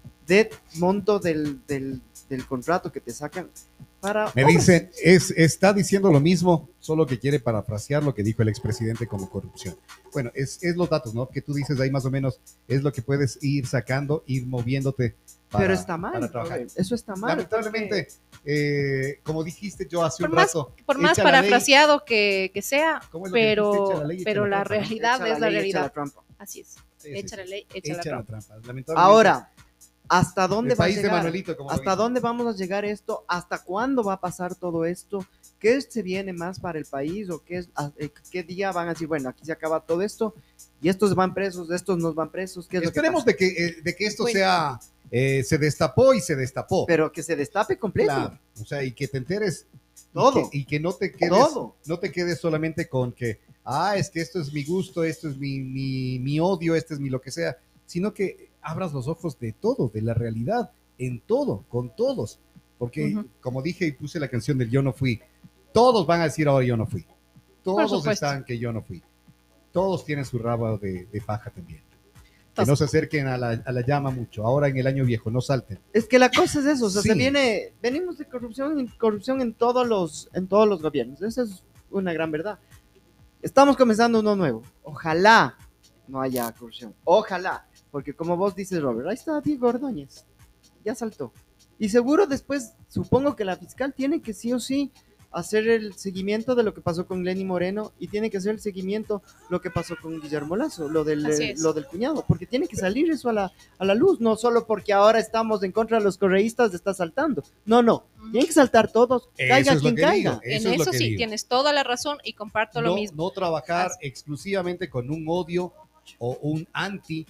de monto del, del, del contrato que te sacan para... Me dicen, es, está diciendo lo mismo, solo que quiere parafrasear lo que dijo el expresidente como corrupción. Bueno, es, es los datos, ¿no? Que tú dices ahí más o menos, es lo que puedes ir sacando, ir moviéndote para, Pero está mal, para trabajar. Eso está mal. Lamentablemente, porque... eh, como dijiste yo hace por un más, rato... Por más parafraseado ley, que, que sea, pero, la, ley, pero la, la trampa, realidad ¿no? es la, la ley, realidad. La trampa. Así es. Sí, echa sí, la ley, echa, echa la trampa. La trampa. Ahora... ¿Hasta dónde va a llegar? Manuelito, ¿Hasta dónde vamos a llegar esto? ¿Hasta cuándo va a pasar todo esto? ¿Qué se viene más para el país? ¿O qué, es, qué día van a decir, bueno, aquí se acaba todo esto y estos van presos, estos no van presos? ¿Qué es Esperemos lo que de, que, de que esto bueno. sea, eh, se destapó y se destapó. Pero que se destape completo. Claro, o sea, y que te enteres. Todo. Y que, y que no te quedes, todo. no te quedes solamente con que, ah, es que esto es mi gusto, esto es mi, mi, mi odio, este es mi lo que sea, sino que abras los ojos de todo, de la realidad, en todo, con todos. Porque, uh-huh. como dije y puse la canción del Yo no fui, todos van a decir ahora yo no fui. Todos están que yo no fui. Todos tienen su rabo de, de paja también. Que no se acerquen a la, a la llama mucho. Ahora en el año viejo, no salten. Es que la cosa es eso, o sea, sí. se viene, venimos de corrupción, corrupción en todos los, en todos los gobiernos. Esa es una gran verdad. Estamos comenzando uno nuevo. Ojalá no haya corrupción. Ojalá. Porque como vos dices, Robert, ahí está Diego Ordóñez, ya saltó. Y seguro después, supongo que la fiscal tiene que sí o sí hacer el seguimiento de lo que pasó con Lenny Moreno y tiene que hacer el seguimiento lo que pasó con Guillermo Lazo, lo del, eh, lo del cuñado, porque tiene que salir eso a la, a la luz, no solo porque ahora estamos en contra de los correístas, está saltando. No, no, uh-huh. tienen que saltar todos, caiga eso quien caiga. Digo, eso en es eso sí, digo. Tienes toda la razón y comparto no, lo mismo. No trabajar Así. exclusivamente con un odio o un anti.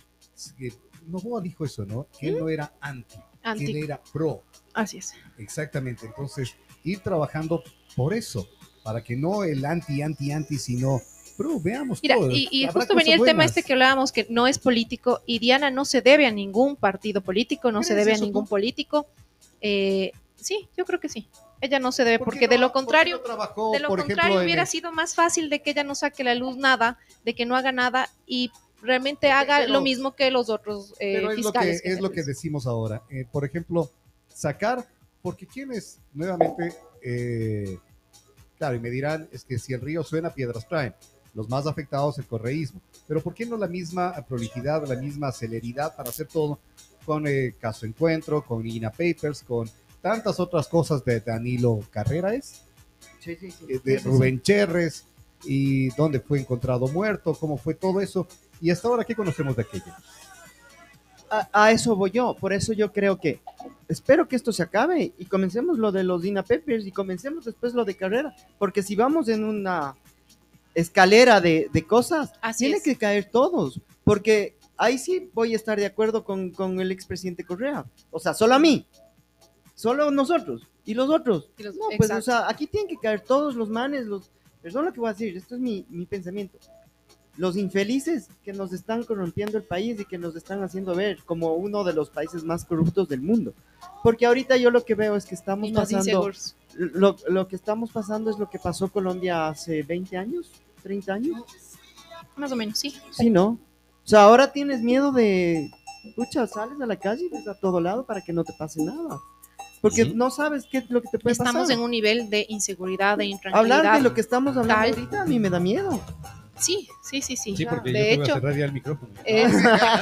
Novoa dijo eso, ¿no? Que él no era anti, anti, que él era pro. Así es. Exactamente, entonces ir trabajando por eso, para que no el anti, anti, anti, sino pro, veamos Mira, todo. Y, y justo venía el buenas. tema este que hablábamos, que no es político, y Diana no se debe a ningún partido político, no se debe a ningún tú? político. Eh, sí, yo creo que sí. Ella no se debe, ¿Por porque qué de no- lo contrario, por qué no trabajó, de lo por contrario ejemplo, en hubiera el- sido más fácil de que ella no saque la luz nada, de que no haga nada y realmente haga pero- lo mismo que los otros eh, Pero es lo que, fiscales. es se lo que les- decimos ahora. Eh, por ejemplo, sacar, porque quienes nuevamente, eh, claro, y me dirán, es que si el río suena, piedras traen. Los más afectados, el correísmo. Pero ¿por qué no la misma prolijidad, la misma celeridad para hacer todo con el caso Encuentro, con INA Papers, con tantas otras cosas de Danilo Carrera, es? Sí, sí, sí. Eh, de Sí, sí, Rubén Cherres, y dónde fue encontrado muerto, cómo fue todo eso. Y hasta ahora, ¿qué conocemos de aquello? A, a eso voy yo, por eso yo creo que espero que esto se acabe y comencemos lo de los Dina Peppers y comencemos después lo de Carrera, porque si vamos en una escalera de, de cosas, Así tiene es. que caer todos, porque ahí sí voy a estar de acuerdo con, con el expresidente Correa, o sea, solo a mí, solo nosotros, y los otros, Y los- no, pues, exacto. o sea, aquí tienen que caer todos los manes, los, perdón lo que voy a decir, esto es mi, mi pensamiento, los infelices que nos están corrompiendo el país y que nos están haciendo ver como uno de los países más corruptos del mundo. Porque ahorita yo lo que veo es que estamos y más pasando, inseguros. lo, lo que estamos pasando es lo que pasó Colombia hace veinte años, treinta años. Más o menos, sí. Sí, ¿no? O sea, ahora tienes miedo de, pucha, sales a la calle y ves a todo lado para que no te pase nada. Porque Sí. no sabes qué es lo que te puede Estamos pasar. en un nivel de inseguridad, de intranquilidad. Hablar de lo que estamos hablando tal. ahorita a mí me da miedo. Sí, sí, sí, sí. Sí, porque de yo te voy hecho, a cerrar ya el micrófono. es,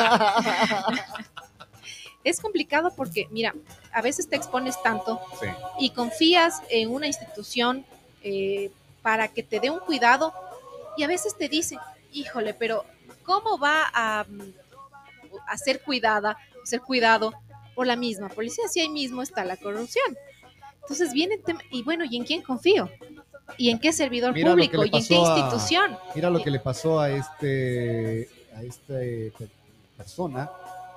es complicado porque, mira, a veces te expones tanto Sí. y confías en una institución eh, para que te dé un cuidado y a veces te dicen, híjole, pero ¿cómo va a, mm, a ser cuidada, ser cuidado por la misma policía? Si ahí mismo está la corrupción. Entonces viene el tema, y bueno, ¿y en quién confío? ¿Y en qué servidor Mira lo que público? le ¿Y en qué pasó a- institución? Mira lo que le pasó a este a este pe- persona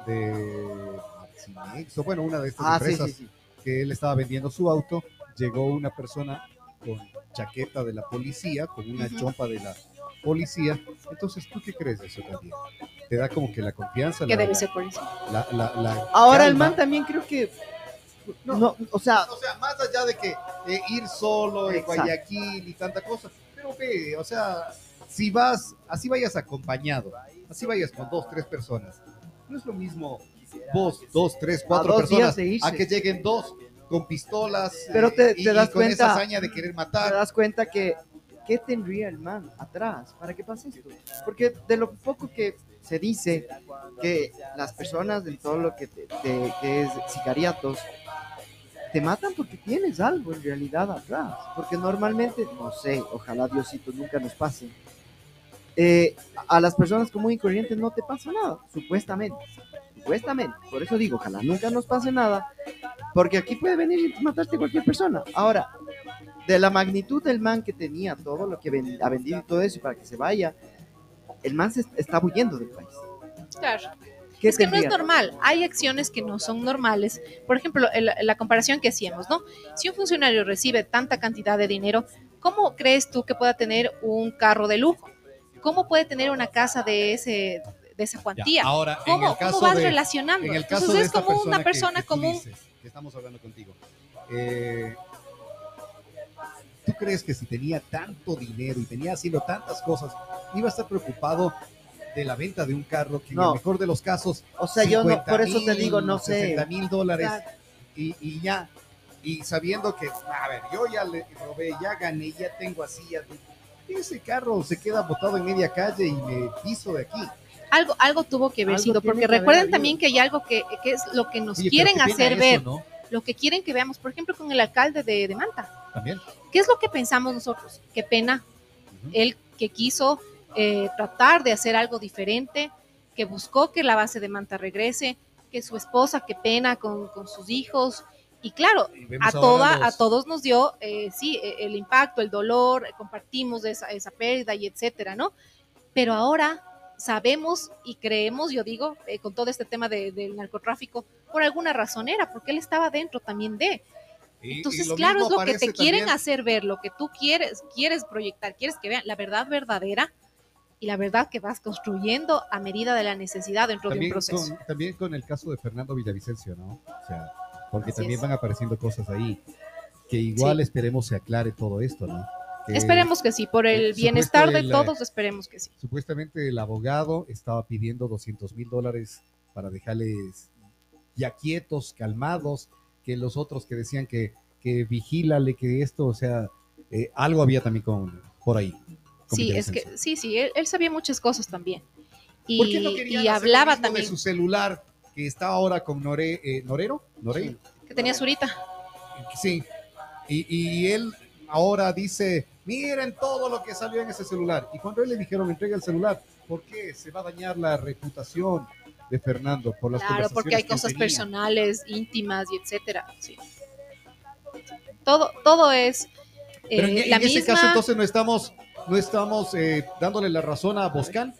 de Marcinex, o bueno, una de estas Ah, sí, empresas sí, sí. que él estaba vendiendo su auto, llegó una persona con chaqueta de la policía, con una Ujú. chompa de la policía. Entonces, ¿tú qué crees de eso también? Te da como que la confianza, Que la, debe la- ser policía. la- la- la Ahora el calma. man también creo que No, no, o sea, O sea, más allá de que eh, ir solo en Exacto. Guayaquil y tanta cosa, pero ve, o sea, si vas, así vayas acompañado, así vayas con dos, tres personas, no es lo mismo vos, dos, tres, cuatro dos personas, días de irse. a que lleguen dos con pistolas Pero eh, te- y, te das y con esa cuenta- hazaña de querer te matar. das cuenta que ¿qué tendría el man atrás para que pase esto? Porque de lo poco que se dice que las personas de todo lo que, te- te- que es sicariatos te matan porque tienes algo en realidad atrás, porque normalmente, no sé, ojalá Diosito nunca nos pase, eh, a las personas común y corrientes no te pasa nada, supuestamente, supuestamente, por eso digo, ojalá nunca nos pase nada, porque aquí puede venir y matarte cualquier persona. Ahora, de la magnitud del man que tenía, todo lo que ven- ha vendido y todo eso, y para que se vaya, el man se est- está huyendo del país. Claro. ¿Qué Es que no es tendría? normal. Hay acciones que no son normales. Por ejemplo, el- la comparación que hacíamos, ¿no? Si un funcionario recibe tanta cantidad de dinero, ¿cómo crees tú que pueda tener un carro de lujo? ¿Cómo puede tener una casa de ese de esa Ya, cuantía? ahora, en ¿Cómo, el caso ¿Cómo vas de- relacionando? En el caso Entonces de es esta como persona una persona que, que tú común. dices, que estamos hablando contigo, eh, ¿tú crees que si tenía tanto dinero y tenía haciendo tantas cosas, iba a estar preocupado de la venta de un carro que en No. el mejor de los casos, O sea, yo no, por eso te digo, no sesenta sé. mil dólares Claro. y, y ya, y sabiendo que, a ver, yo ya le robé, ya gané, ya tengo así, ya, ese carro se queda botado en media calle y me piso de aquí. Algo, algo tuvo que haber Algo sido, tiene porque que haber recuerden habido. también que hay algo que, que es lo que nos Oye, pero quieren qué pena hacer eso, ver, ¿no? lo que quieren que veamos, por ejemplo, con el alcalde de, de Manta. También. ¿Qué es lo que pensamos nosotros? Qué pena, Ujú. él que quiso eh, tratar de hacer algo diferente, que buscó que la base de Manta regrese, que su esposa, qué pena con, con sus hijos. Y claro, Y vemos a, ahora toda, los- a todos nos dio, eh, sí, e- el impacto, el dolor, eh, compartimos esa, esa pérdida y etcétera, ¿no? Pero ahora sabemos y creemos, yo digo, eh, con todo este tema de- del narcotráfico, por alguna razón era, porque él estaba dentro también de. Y- y Entonces, lo claro, mismo es lo que te aparece quieren también- hacer ver, lo que tú quieres, quieres proyectar, quieres que vean la verdad verdadera y la verdad que vas construyendo a medida de la necesidad dentro de un También proceso. con, también con el caso de Fernando Villavicencio, ¿no? O sea, porque Así también es. van apareciendo cosas ahí que igual Sí. esperemos se aclare todo esto, ¿no? Que Esperemos que sí, por el el bienestar supuesto de el, todos, esperemos que sí. supuestamente el abogado estaba pidiendo doscientos mil dólares para dejarles ya quietos, calmados, que los otros que decían que, que vigílale, que esto, o sea, eh, algo había también con, por ahí. con Sí, es Villavicencio. que sí, sí, él, él sabía muchas cosas también. Y, ¿Por qué no querían y hacer hablaba lo mismo también, de su celular que está ahora con Nore, eh, Norero? ¿Norero? que tenía Zurita. Sí. Y, y él ahora dice, miren todo lo que salió en ese celular. Y cuando él le dijeron, entrega el celular, ¿por qué? Se va a dañar la reputación de Fernando por las Claro, porque hay conversaciones que él cosas tenía. personales, íntimas y etcétera. Sí. Todo, todo es eh, Pero en, la en ese misma. caso entonces no estamos, no estamos eh, dándole la razón a Boscan.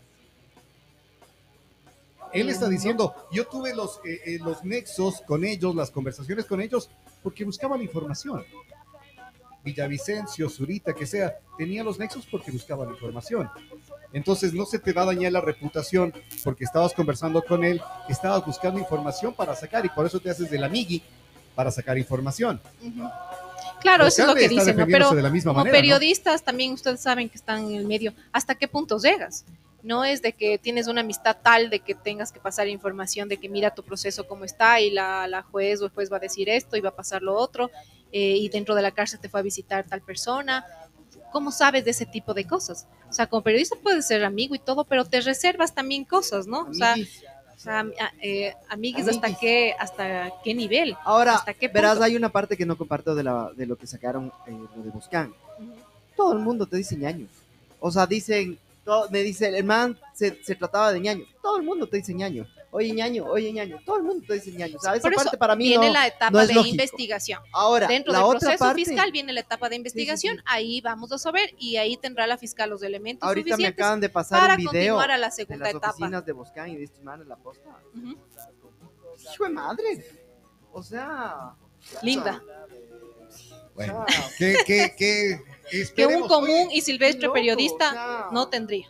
Él está diciendo, yo tuve los, eh, eh, los nexos con ellos, las conversaciones con ellos, porque buscaba la información. Villavicencio, Zurita, que sea, tenía los nexos porque buscaba la información. Entonces no se te va a dañar la reputación porque estabas conversando con él, estabas buscando información para sacar y por eso te haces del amigui para sacar información. Ujú. Claro, eso es lo Boscan que está dicen, ¿no? defendiéndose Pero de la misma como manera, ¿no? periodistas también ustedes saben que están en el medio. ¿Hasta qué punto llegas? No es de que tienes una amistad tal de que tengas que pasar información de que mira tu proceso cómo está y la, la juez o el juez va a decir esto y va a pasar lo otro eh, y dentro de la cárcel te fue a visitar tal persona. ¿Cómo sabes de ese tipo de cosas? O sea, como periodista puedes ser amigo y todo, pero te reservas también cosas, ¿no? O sea, Amiguis. o sea am- a- eh, amiguis, ¿hasta Amiguis. qué, hasta qué nivel? Ahora, ¿Hasta qué verás, punto? hay una parte que no comparto de, la, de lo que sacaron eh, lo de Boscan. Todo el mundo te dice ñaño. O sea, dicen, todo, me dice, el man se, se trataba de ñaño. Todo el mundo te dice ñaño. Oye, ñaño, oye, ñaño. Todo el mundo te dice ñaño. O sea, esa Por eso parte para mí viene no, la etapa no es de lógico. investigación. Ahora, Dentro la del otra proceso parte, fiscal viene la etapa de investigación, sí. ahí vamos a saber y ahí tendrá la fiscal los elementos ahorita me suficientes acaban de pasar para un video continuar a la de segunda las etapa. oficinas de Boscan y de estos manes la posta. Ujú. Hijo de madre. O sea, Linda. Bueno, o sea, que, que, que, Que un esperemos. común Oye, y silvestre loco, periodista o sea. no tendría.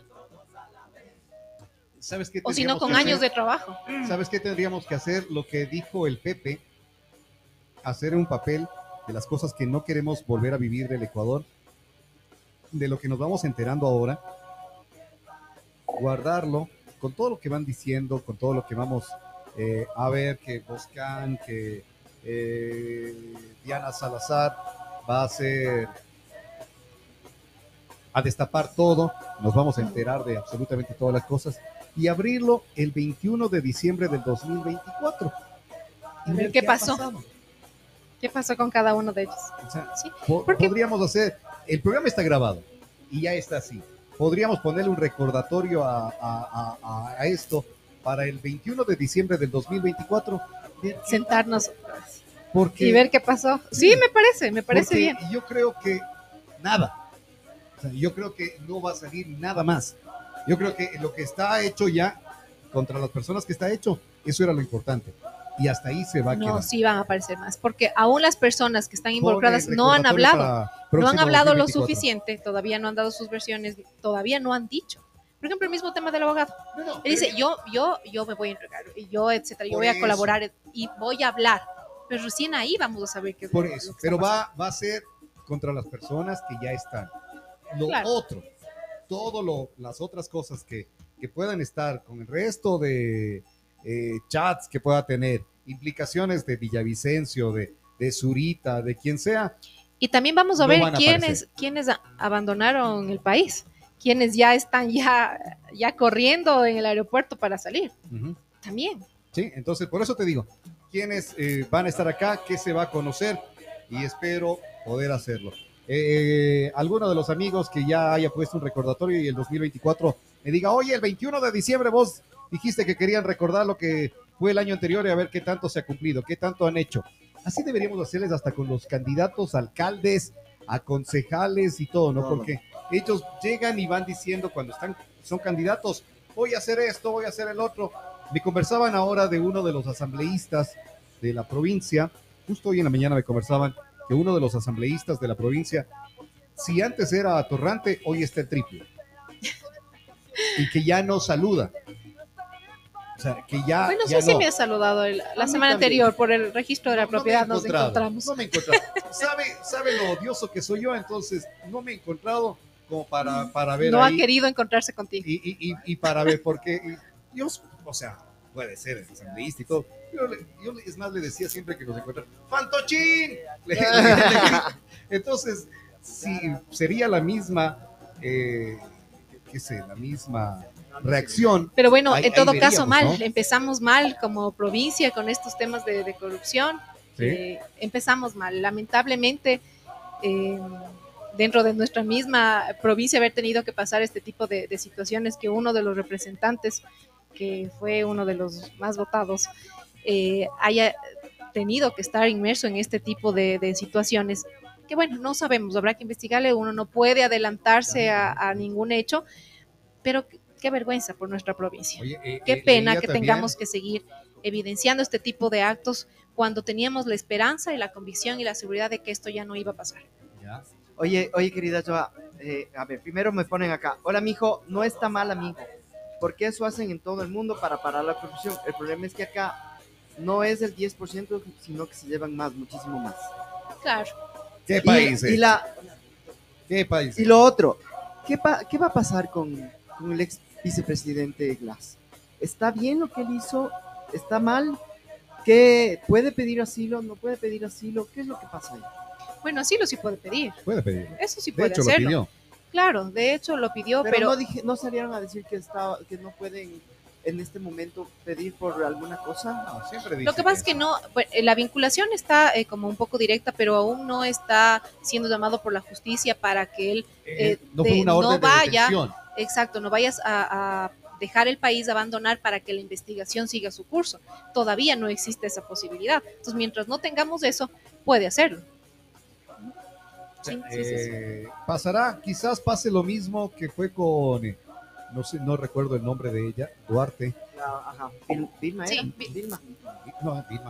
¿sabes qué O si no, tendríamos con que años hacer? de trabajo. ¿Sabes qué tendríamos que hacer? Lo que dijo el Pepe, hacer un papel de las cosas que no queremos volver a vivir del Ecuador, de lo que nos vamos enterando ahora, guardarlo con todo lo que van diciendo, con todo lo que vamos eh, a ver, que Boscan, que eh, Diana Salazar va a hacer, a destapar todo, nos vamos a enterar de absolutamente todas las cosas y abrirlo el veintiuno de diciembre del dos mil veinticuatro. Y A ver ver qué ha pasó. pasado. ¿Qué pasó con cada uno de ellos? O sea, Sí, po- porque- podríamos hacer, el programa está grabado y ya está así. Podríamos ponerle un recordatorio a, a- a- a esto para el veintiuno de diciembre del dos mil veinticuatro. ver qué- Sentarnos Porque, y ver qué pasó. Sí, me parece, me parece porque bien. yo creo que nada. O sea, yo creo que no va a salir nada más. Yo creo que lo que está hecho ya contra las personas que está hecho, eso era lo importante. Y hasta ahí se va a No, quedar. sí van a aparecer más, porque aún las personas que están Pone involucradas no han recordatorio hablado. para No han próximo hablado lo dos mil veinticuatro. suficiente, todavía no han dado sus versiones, todavía no han dicho. Por ejemplo, el mismo tema del abogado. No, no, Él dice, pero- yo, yo, yo me voy a entregar, y yo, etcétera, yo Por voy a eso. colaborar y voy a hablar. Pero recién ahí vamos a saber qué es Por lo- eso, lo que pero está va, va a ser contra las personas que ya están. Lo Claro. otro, todo lo, las otras cosas que, que puedan estar con el resto de eh, chats que pueda tener, implicaciones de Villavicencio, de, de Zurita, de quien sea, Y también vamos a No ver van a quiénes, aparecer. quiénes a- abandonaron el país, quiénes ya están ya, ya corriendo en el aeropuerto para salir. Ujú. También. ¿sí? Entonces, por eso te digo, quiénes eh, van a estar acá, qué se va a conocer y espero poder hacerlo. Eh, alguno de los amigos que ya haya puesto un recordatorio y el dos mil veinticuatro me diga, oye, el veintiuno de diciembre vos dijiste que querían recordar lo que fue el año anterior y a ver qué tanto se ha cumplido, qué tanto han hecho. Así deberíamos hacerles hasta con los candidatos a alcaldes, a concejales y todo, ¿no? Todo. Porque ellos llegan y van diciendo cuando están, son candidatos, voy a hacer esto, voy a hacer el otro. Me conversaban ahora de uno de los asambleístas de la provincia, justo hoy en la mañana me conversaban que uno de los asambleístas de la provincia, si antes era atorrante, hoy está el triple. Y que ya no saluda. O sea, que ya. Bueno, ya sí, sí no. me ha saludado el- la mí semana también. anterior por el registro de la No me he propiedad. Nos encontrado, encontramos. No me he encontrado. ¿Sabe, sabe lo odioso que soy yo? Entonces, no me he encontrado como para, para ver No ha ahí. querido encontrarse contigo. Y, y, y, y para ver, porque yo, o sea, puede ser asambleísta y todo. Yo, le- yo le- es más, le decía siempre que nos encontramos, ¡Fantochín! Le- le- le- entonces, si sería la misma, eh, qué sé, la misma reacción. Pero bueno, Ahí- en ahí todo veríamos, caso, mal. ¿no? Empezamos mal como provincia con estos temas de, de corrupción. Sí. Eh, empezamos mal. Lamentablemente, eh, dentro de nuestra misma provincia, haber tenido que pasar este tipo de, de situaciones que uno de los representantes, que fue uno de los más votados, eh, haya tenido que estar inmerso en este tipo de, de situaciones. Que bueno, no sabemos, habrá que investigarle. Uno no puede adelantarse a, a ningún hecho, pero qué, qué vergüenza por nuestra provincia. Oye, eh, Qué eh, pena leía que también- tengamos que seguir evidenciando este tipo de actos cuando teníamos la esperanza y la convicción y la seguridad de que esto ya no iba a pasar. Ya. Oye, oye, querida Joa, eh, a ver, primero me ponen acá. Hola, mijo, no está mal, amigo. Porque eso hacen en todo el mundo para parar la corrupción. El problema es que acá no es el diez por ciento, sino que se llevan más, muchísimo más. Claro. ¿Qué Y, país y es? la, ¿Qué país y es? lo otro, ¿qué, pa- qué va a pasar con, con el ex vicepresidente Glass? ¿Está bien lo que él hizo? ¿Está mal? ¿Qué puede pedir asilo? ¿No puede pedir asilo? ¿Qué es lo que pasa ahí? Bueno, sí lo sí puede pedir. Puede pedirlo. Eso sí De puede hecho, lo hacerlo. pidió. Claro, de hecho lo pidió, Pero, pero, no, dije, no salieron a decir que, está, que no pueden en este momento pedir por alguna cosa. No, siempre lo dice que pasa es que no, pues, eh, la vinculación está eh, como un poco directa, pero aún no está siendo llamado por la justicia para que él, Eh, eh, no fue de- una orden no de vaya, detención. exacto, no vayas a, a dejar el país, abandonar para que la investigación siga su curso. Todavía no existe esa posibilidad. Entonces, mientras no tengamos eso, puede hacerlo. Sí, sí, sí, sí. Eh, pasará, quizás pase lo mismo que fue con, eh, no sé, no recuerdo el nombre de ella, Duarte. La- ajá. Vil- Vilma era. Sí, Vi- Vilma. No, Vilma,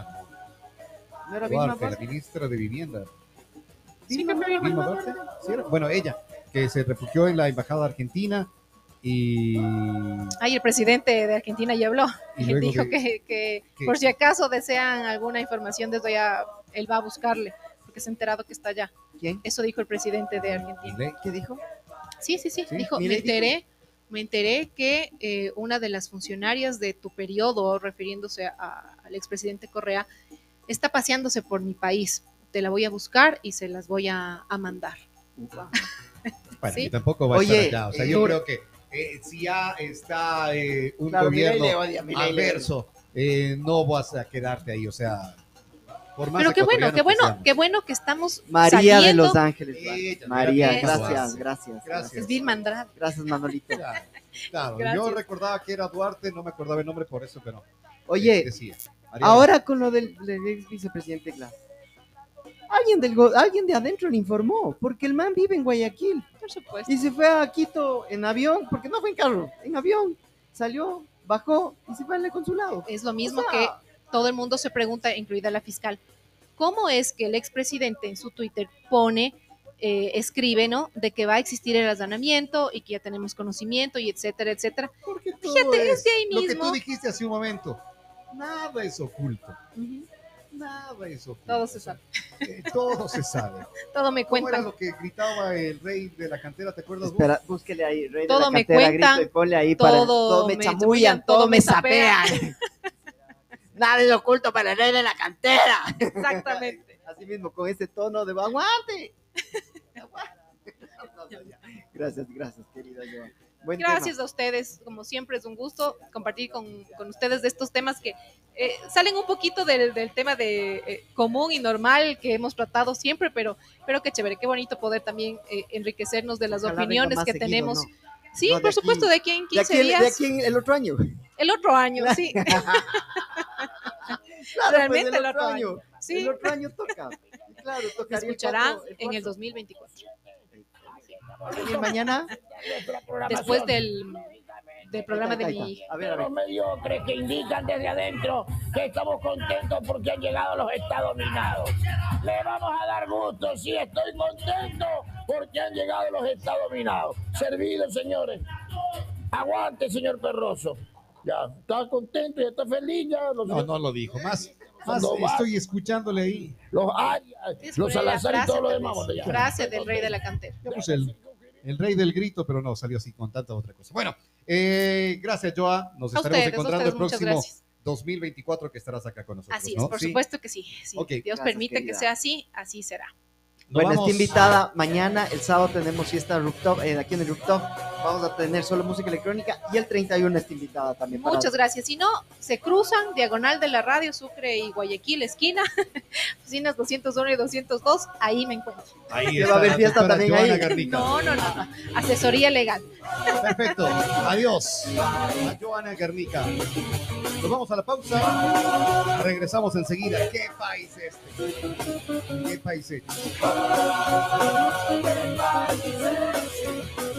no. ¿No era Vilma Duarte, la Duarte? ministra de Vivienda. Sí, creo que Vilma Duarte. Sí, era- bueno, ella, que se refugió en la embajada argentina y, Ay, el presidente de Argentina ya habló. y luego Dijo de- que, que que- por si acaso desean alguna información desde allá, él va a buscarle, porque se ha enterado que está allá. ¿Quién? Eso dijo el presidente de Argentina. Milei. ¿Qué dijo? Sí, sí, sí. Sí, Dijo, me Milei dijo. enteré, me enteré que eh, una de las funcionarias de tu periodo, refiriéndose a- al expresidente Correa, está paseándose por mi país. Te la voy a buscar y se las voy a, a mandar. Bueno, Sí. y tampoco va a Oye, estar allá. O sea, eh, yo duro. creo que eh, si ya está eh, un Claro, Milei gobierno le odia, Milei le adverso, eh, no vas a quedarte ahí. O sea, por más Pero qué bueno, ecuatorianos qué bueno, que seamos. qué bueno que estamos María de saliendo. Los Ángeles. Ella, María, mira, gracias, gracias. gracias. Gracias. Es Vilma Andrade. Gracias, Manolito. Claro, claro. Gracias. Yo recordaba que era Duarte, no me acordaba el nombre por eso, pero Oye, eh, decía. María- ahora con lo del, del ex vicepresidente Glass. Alguien, del, go- alguien de adentro le informó, porque el man vive en Guayaquil Por supuesto. y se fue a Quito en avión, porque no fue en carro, en avión. Salió, bajó y se fue al consulado. Es lo mismo O sea, que todo el mundo se pregunta, incluida la fiscal, ¿cómo es que el expresidente en su Twitter pone, eh, escribe, ¿no? De que va a existir el allanamiento y que ya tenemos conocimiento y etcétera, etcétera. Porque todo Fíjate, es es de ahí lo que mismo. tú dijiste hace un momento. Nada es oculto. Ujú. Nada es oculto. Todo se sabe. Eh, todo se sabe. Todo me ¿Cómo era cuentan. lo que gritaba el rey de la cantera? ¿Te acuerdas vos? Espera, búsquele ahí, rey Todo de la me cantera, cuentan, grito y ponle ahí para todo todo me me chamullan, chamullan, todo todo me me sapean. Nada es oculto para el rey de la cantera. Exactamente. Así mismo, con ese tono de aguante. Gracias, gracias, querida Joa. Buen Gracias tema. a ustedes, como siempre es un gusto compartir con, con ustedes de estos temas que eh, salen un poquito del, del tema de eh, común y normal que hemos tratado siempre, pero, pero qué chévere, qué bonito poder también eh, enriquecernos de las Ojalá venga opiniones más que seguido, tenemos. ¿no? Sí, No, de por aquí- supuesto, de aquí en De quince aquí, días, de aquí en el otro año. el otro año, sí, Claro, realmente pues, el otro año. Sí. El otro año toca. Claro, Me tocaría el escucharán cuatro, el en el cuatro. dos mil veinticuatro, Y mañana. después del, del programa de Ahí está, mi ahí hija. está. A ver, a ver. Los mediocres que indican desde adentro que estamos contentos porque han llegado los estados dominados. Le vamos a dar gusto, sí, estoy contento porque han llegado los estados dominados. Servido, señores. Aguante, señor Perroso. Ya, está contento, ya está feliz, ya. Los No, no lo dijo. Más, más No va. estoy escuchándole ahí. Los Arias, Es los por ahí la Salazar y frase, todo lo tal demás. vez. bueno, ya. Frase del rey de la cantera. Ya puse el, el rey del grito, pero no, salió así con tanta otra cosa. Bueno, eh, gracias, Joa. Nos A estaremos ustedes, a encontrando ustedes, el muchas próximo gracias. dos mil veinticuatro que estarás acá con nosotros. Así es, ¿no? por Sí. supuesto que sí. sí. Ok. Dios Gracias, permite querida. que sea así, así será. Nos Bueno, vamos. está invitada mañana, el sábado tenemos fiesta rooftop, eh, aquí en el rooftop vamos a tener solo música electrónica y el treinta y uno está invitada también. para- Muchas gracias. Si no, se cruzan, diagonal de la radio, Sucre y Guayaquil, esquina, oficinas doscientos uno y doscientos dos, ahí me encuentro. Ahí Que va a haber la fiesta doctora también Joana ahí. Garnica. No, no, no. Asesoría legal. Perfecto. Adiós. A Joana Garnica. Nos vamos a la pausa. Regresamos enseguida. ¿Qué país este? ¿Qué país este?